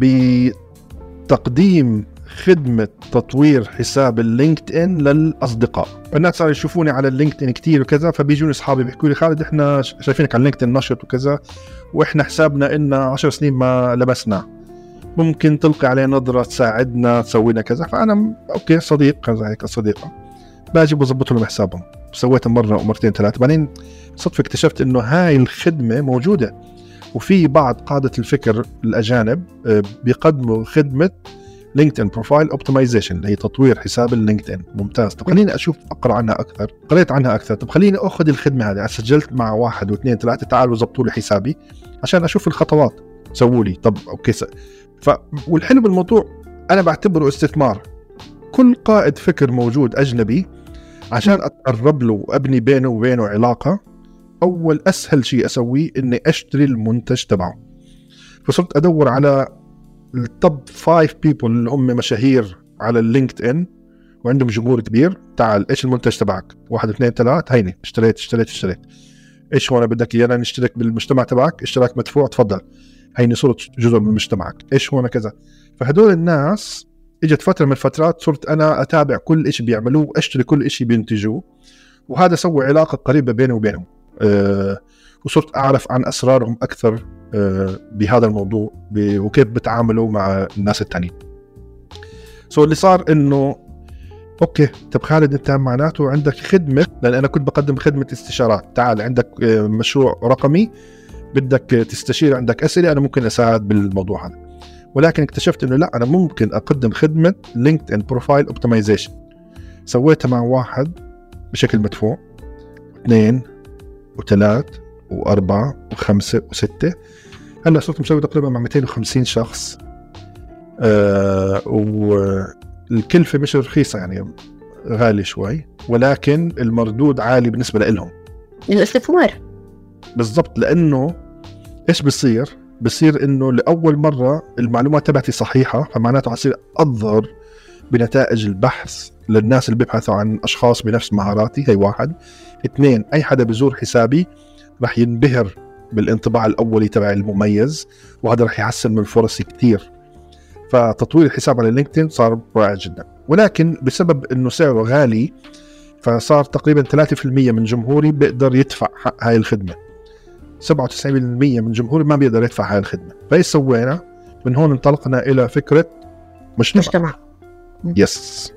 بتقديم خدمة تطوير حساب اللينكدين للأصدقاء. الناس صاروا يشوفوني على اللينكدين كتير وكذا، فبيجوني أصحابي بيحكوا لي خالد إحنا شايفينك على اللينكدين نشط وكذا، وإحنا حسابنا إننا عشر سنين ما لبسنا، ممكن تلقي عليه نظرة تساعدنا تسوينا كذا. فأنا أوكي صديق كذا هيك صديقة باجي بظبط لهم حسابهم. سويتها مرة ومرتين ثلاثة، بعدين صدفة اكتشفت إنه هاي الخدمة موجودة، وفي بعض قادة الفكر الأجانب بيقدموا خدمة لينكدين بروفايل اوبتمايزيشن اللي هي تطوير حساب اللينكدين. ممتاز. طب خليني أشوف أقرأ عنها أكثر. قريت عنها أكثر، طب خليني أخذ الخدمة هذه. سجلت مع واحد واثنين ثلاثة، تعالوا زبطوا لي حسابي عشان أشوف الخطوات، سووا لي. طب أوكي س... ف... والحلو بالموضوع أنا بعتبره استثمار. كل قائد فكر موجود أجنبي عشان أتقرب له وأبني بينه وبينه علاقة، أول أسهل شيء أسويه إني أشتري المنتج تبعه. فصرت أدور على التوب فايف بيبل اللي هم مشاهير على اللينكدين وعندهم جمهور كبير. تعال إيش المنتج تبعك؟ واحد اثنين ثلاثة، هيني اشتريت اشتريت اشتريت. إيش هو أنا بدك إيانا نشترك بالمجتمع تبعك؟ اشتراك مدفوع، تفضل هيني صرت جزء من مجتمعك. إيش هو أنا كذا. فهدول الناس إجت فترة من الفترات صرت أنا أتابع كل إشي بيعملوه وأشتري كل إشي بينتجوه، وهذا سوى علاقة قريبة بيني وبينهم. أه وصرت أعرف عن أسرارهم أكثر أه بهذا الموضوع وكيف بتعاملوا مع الناس التانيين. سو اللي صار إنه أوكي طب خالد أنت معناته عندك خدمة، لأن أنا كنت بقدم خدمة استشارات. تعال عندك مشروع رقمي بدك تستشير، عندك أسئلة، أنا ممكن أساعد بالموضوع هذا. ولكن اكتشفت إنه لا، أنا ممكن أقدم خدمة لينكدين بروفايل اوبتمايزيشن. سويتها مع واحد بشكل مدفوع، اثنين وثلاث وأربعة وخمسة وستة. هلا صرت مسوي تقريبا مع مئتين وخمسين شخص. آه والكلفة مش رخيصة يعني، غالي شوي، ولكن المردود عالي بالنسبة لهم. الاستثمار بالضبط. لأنه إيش بيصير؟ بصير إنه لأول مرة المعلومات تبعتي صحيحة، فمعناته عصير أظهر بنتائج البحث للناس اللي بيبحثوا عن أشخاص بنفس مهاراتي. هي واحد. اثنين، أي حدا بزور حسابي رح ينبهر بالانطباع الأولي تبع المميز، وهذا رح يحسن من فرصي كتير. فتطوير الحساب على لينكدين صار رائع جدا، ولكن بسبب إنه سعره غالي فصار تقريبا ثلاثة بالمئة من جمهوري بيقدر يدفع حق هاي الخدمة. سبعة وتسعين بالمئة من جمهوري ما بيقدر يدفع هاي الخدمة. فإيش سوينا؟ من هون انطلقنا إلى فكرة مجتمع, مجتمع. يس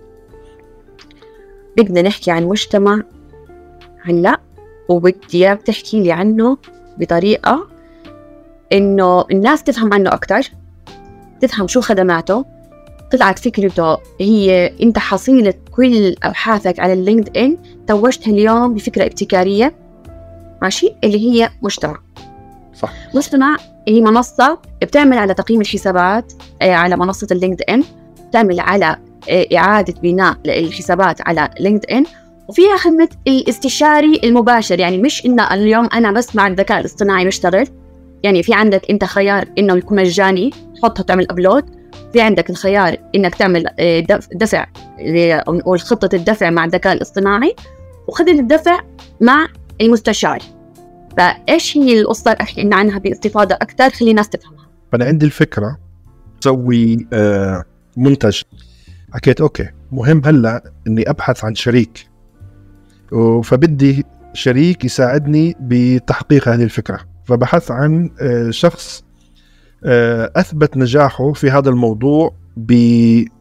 بدنا نحكي عن مجتمع هلا، وبدي اياك تحكي لي عنه بطريقة إنه الناس تفهم عنه أكتر، تفهم شو خدماته. طلعت فكرته هي أنت حصيلة كل أبحاثك على اللينكدين، توجتها اليوم بفكرة ابتكارية، ماشي، اللي هي مجتمع. صح. مجتمع هي منصة بتعمل على تقييم الحسابات على منصة اللينكدين، بتعمل على إعادة بناء الحسابات على لينكدين، وفيها خدمة الاستشاري المباشر. يعني مش إن اليوم أنا بس مع الذكاء الاصطناعي بشتغل، يعني في عندك أنت خيار إنه يكون مجاني تحطها تعمل أبلود، في عندك الخيار إنك تعمل دفع أو خطة الدفع مع الذكاء الاصطناعي، وخدمة الدفع مع المستشار. فإيش هي القصة احكي لنا عنها باستفاضة أكثر، خلي الناس تفهمها. فأنا عندي الفكرة سوي آه منتج. حكيت أوكي مهم هلأ إني أبحث عن شريك، فبدي شريك يساعدني بتحقيق هذه الفكرة. فبحث عن آه شخص آه أثبت نجاحه في هذا الموضوع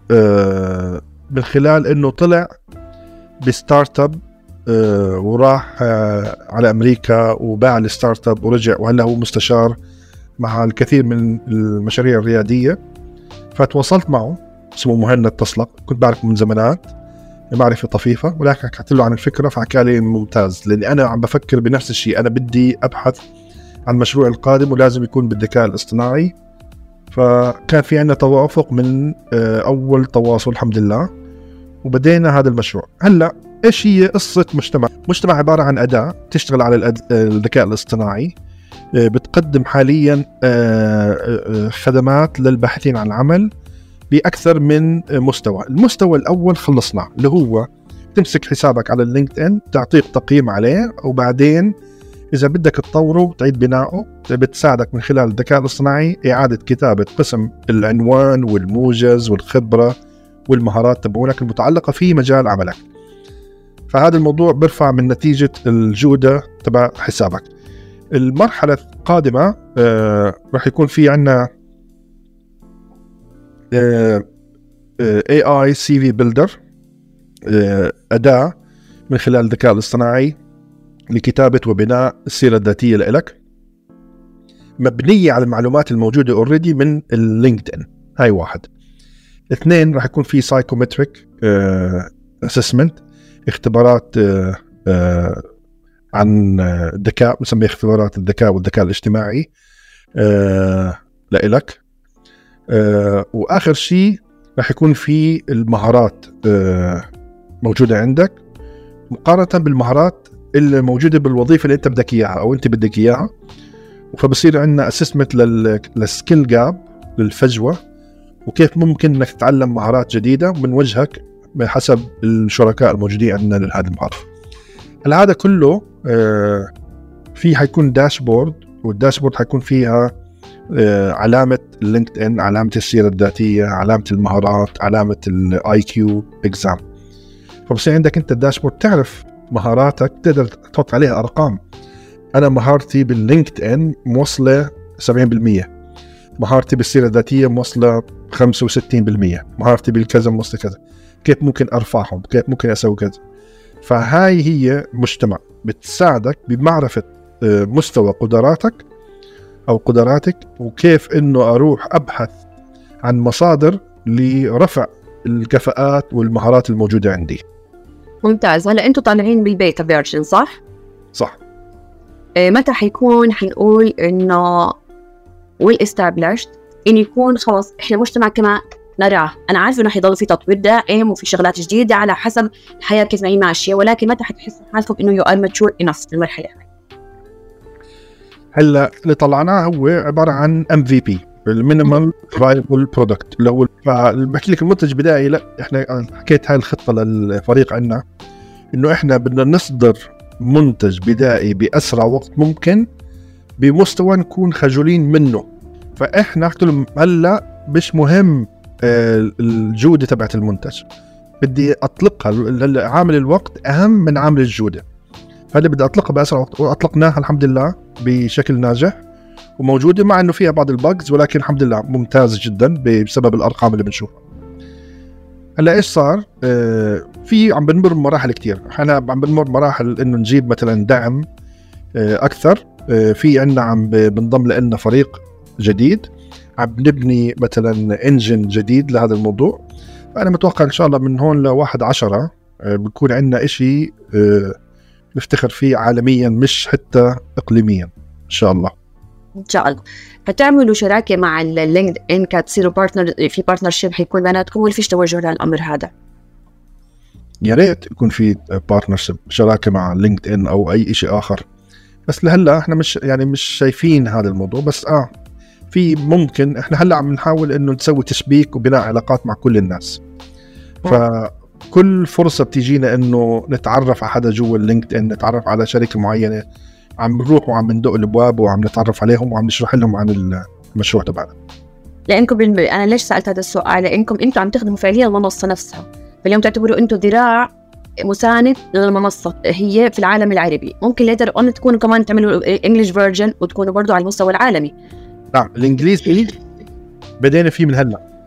آه من خلال انه طلع بستارت اب آه وراح آه على امريكا وباع الستارت اب ورجع، وهلا هو مستشار مع الكثير من المشاريع الرياديه. فتواصلت معه، اسمه مهند تصلق، كنت بعرفه من زمانات، معرفة طفيفة، ولكن حكيت له عن الفكرة فحكى لي ممتاز، لأني أنا عم بفكر بنفس الشيء، أنا بدي أبحث عن مشروع القادم ولازم يكون بالذكاء الاصطناعي. فكان في عنا توافق من أول تواصل الحمد لله، وبدينا هذا المشروع. هلأ إيش هي قصة مجتمع؟ مجتمع عبارة عن أداة تشتغل على الذكاء الاصطناعي، بتقدم حاليا خدمات للباحثين عن العمل بأكثر من مستوى. المستوى الأول خلصناه، اللي هو تمسك حسابك على اللينكد إن، تعطيك تقييم عليه، وبعدين إذا بدك تطوره تعيد بناؤه، بتساعدك من خلال الذكاء الاصطناعي إعادة كتابة قسم العنوان والموجز والخبرة والمهارات تبعونك المتعلقة في مجال عملك. فهذا الموضوع برفع من نتيجة الجودة تبع حسابك. المرحلة القادمة آه رح يكون في عنا إيه آي سي في Builder، أداة من خلال الذكاء الاصطناعي لكتابة وبناء السيرة الذاتية لإلك، مبنية على المعلومات الموجودة أوريدي من اللينكد إن. هاي واحد. اثنين، راح يكون في سايكومتريك أسسمنت، اختبارات آه آه عن الذكاء، بنسميها اختبارات الذكاء والذكاء الاجتماعي آه لإلك. آه وآخر شيء راح يكون في المهارات آه موجودة عندك مقارنة بالمهارات اللي موجودة بالوظيفة اللي أنت بدك إياها أو أنت بدك إياها. فبصير عندنا أسسمنت للسكيل جاب، للفجوة، وكيف ممكن أنك تتعلم مهارات جديدة من وجهك بحسب الشركاء الموجودين عندنا لهذه المهارة. هذا كله آه في حيكون داشبورد، والداشبورد حيكون فيها آه علامة اللينكد إن، علامة السيرة الذاتية، علامة المهارات، علامة الاي كيو اكزام. فبصير عندك انت الداشبورد تعرف مهاراتك، تقدر تحط عليها ارقام. انا مهارتي باللينكد إن موصلة سبعين بالمية، مهارتي بالسيرة الذاتية موصلة خمسة وستين بالمية، مهارتي بالكذا موصلة كذا، كيف ممكن ارفعهم، كيف ممكن اسوي كذا. فهاي هي مجتمع بتساعدك بمعرفة مستوى قدراتك أو قدراتك، وكيف إنه أروح أبحث عن مصادر لرفع الكفاءات والمهارات الموجودة عندي. ممتاز. هلأ أنتوا طالعين بالبيتا فيرجن صح؟ صح. إيه متى حيكون حنقول إنه والإستابلشت إن يكون خلاص إحنا مجتمع كما نراه؟ أنا عارف إنه حيضل في تطوير دائم وفي شغلات جديدة على حسب الحياة كيف ما هي ماشية، ولكن متى حتحسوا حالكم إنه you are mature enough في المرحلة هاي؟ هلا اللي طلعناه هو عبارة عن إم في بي، المينيمال فايبل برودكت، اللي هو بحكي لك المنتج بدائي. لا إحنا حكيت هاي الخطة للفريق عنا، إنه إحنا بدنا نصدر منتج بدائي بأسرع وقت ممكن بمستوى نكون خجولين منه. فإحنا قلت لهم هلا مش مهم الجودة تبعت المنتج، بدي أطلقها، عامل الوقت أهم من عامل الجودة. هذا بدي أطلقها بأسرع وقت، وأطلقناها الحمد لله بشكل ناجح وموجودة، مع أنه فيها بعض الباجز، ولكن الحمد لله ممتاز جدا بسبب الأرقام اللي بنشوفها. هلا إيش صار؟ آه في عم بنمر مراحل كتير. إحنا عم بنمر مراحل إنه نجيب مثلا دعم آه أكثر. آه في عنا عم بنضم لنا فريق جديد، عم نبني مثلا انجن جديد لهذا الموضوع. فأنا متوقع إن شاء الله من هون لواحد عشرة آه بنكون عنا إشي آه نفتخر فيه عالميا، مش حتى إقليميا إن شاء الله. إن شاء الله. هتعملوا شراكة مع اللينكد إن، كتصيروا بارتنر، في بارتنرشيب حيكون بيناتكم، ولا فيش توجه للأمر هذا؟ يا ريت يكون في بارتنرشيب، شراكة مع لينكد إن أو أي شيء آخر، بس لهلا إحنا مش يعني مش شايفين هذا الموضوع. بس آه في ممكن إحنا هلا عم نحاول إنه نسوي تشبيك وبناء علاقات مع كل الناس. فكل فرصة بتيجينا إنه نتعرف على حدا جوا اللينكد إن، نتعرف على شركة معينة، عم بنروح وعم ندق الابواب وعم نتعرف عليهم وعم نشرح لهم عن المشروع تبعنا. لانكم بالم... انا ليش سالت هذا السؤال؟ لانكم انتم عم تخدموا فعليا المنصه نفسها، فاليوم تعتبروا انتم ذراع مساند للمنصه هي في العالم العربي. ممكن ليتر اون تكونوا كمان تعملوا انجلش فيرجن وتكونوا برضو على المستوى العالمي. نعم، الانجليزي بدينا فيه من هلا.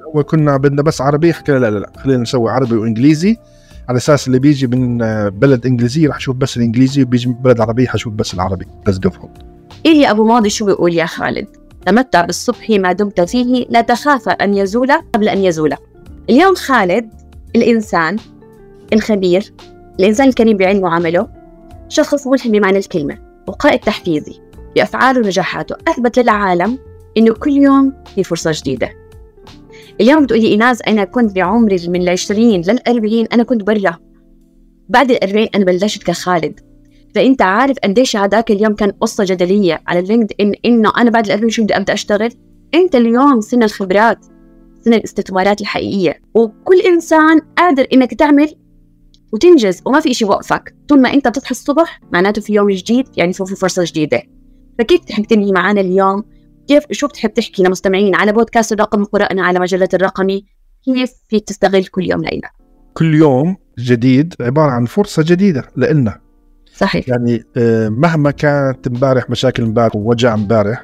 أول كنا بدنا بس عربي، حكينا لا لا لا خلينا نسوي عربي وإنجليزي، على أساس اللي بيجي من بلد إنجليزي رح يشوف بس الإنجليزي، وبيجي من بلد عربي حشوف بس العربي. بس قفهم إيه يا أبو ماضي شو بيقول يا خالد؟ تمتع بالصبح ما دمت فيه، لا تخاف أن يزول قبل أن يزول. اليوم خالد الإنسان الخبير، الإنسان الكريم بعلمه وعمله، شخص ملهم بمعنى الكلمة، وقائد تحفيزي بأفعاله ونجاحاته، أثبت للعالم إنه كل يوم في فرصة جديدة. اليوم بتقولي إيناس أنا كنت بعمري من العشرين للأربعين أنا كنت برا، بعد الأربعين أنا بلشت كخالد. فأنت عارف قديش هذاك اليوم كان قصة جدلية على اللينكد إن إنه أنا بعد الأربعين شو بدي أبدأ أشتغل. أنت اليوم سن الخبرات، سن الاستثمارات الحقيقية، وكل إنسان قادر إنك تعمل وتنجز، وما في إشي وقفك. طول ما أنت بتصحى الصبح معناته في يوم جديد، يعني في فرصة جديدة. فكيف تحب تنهي معنا اليوم؟ كيف شو بتحب تحكي لمستمعين على بودكاست الرقمي قراءنا على مجلة الرقمي؟ كيف فيك تستغل كل يوم لنا؟ كل يوم جديد عبارة عن فرصة جديدة لإلنا. صحيح. يعني مهما كانت امبارح مشاكل امبارح ووجع امبارح،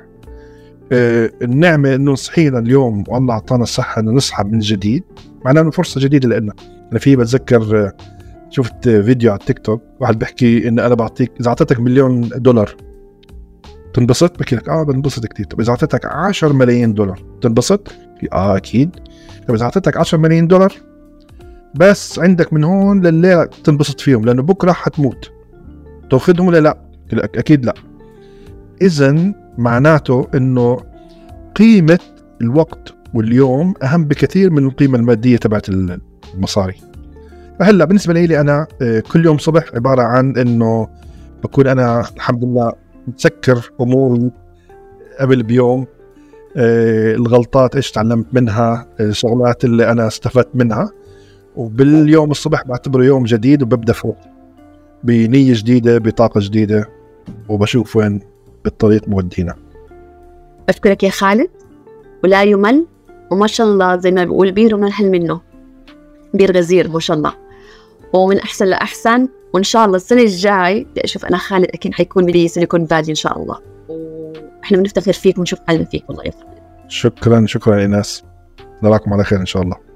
النعمة إنه صحينا اليوم والله أعطانا الصحة إنه نصحى من جديد، معناه إنه فرصة جديدة لإلنا. أنا في بتذكر شفت فيديو على التيك توك واحد بيحكي إن أنا بعطيك إذا أعطيتك مليون دولار تنبسط؟ بحكي لك آه بنبسط كتير. طب إذا أعطيتك عشر ملايين دولار تنبسط؟ آه أكيد. طب إذا أعطيتك عشر ملايين دولار بس عندك من هون لليلة تنبسط فيهم لأنه بكرة حتموت، تأخذهم ولا لا؟ أكيد لا. إذن معناته إنه قيمة الوقت واليوم أهم بكثير من القيمة المادية تبعت المصاري. فهلا بالنسبة لي أنا كل يوم صبح عبارة عن إنه بكون أنا الحمد لله متسكر أموري قبل بيوم، الغلطات إيش تعلمت منها، الشغلات اللي أنا استفدت منها، وباليوم الصبح بعتبره يوم جديد وببدأ فوق بنية جديدة بطاقة جديدة، وبشوف وين بالطريق مودينا. أشكرك يا خالد، ولا يمل، وما شاء الله زي ما بيقول بير ومنحل منه بير غزير ما شاء الله، ومن أحسن لأحسن. وإن شاء الله السنة الجاي بدي أشوف أنا خالد أكيد حيكون بسيليكون فالي إن شاء الله، وإحنا بنفتخر فيك ونشوف حالنا فيك والله يا خالد. شكرا شكرا إيناس، نراكم على خير إن شاء الله.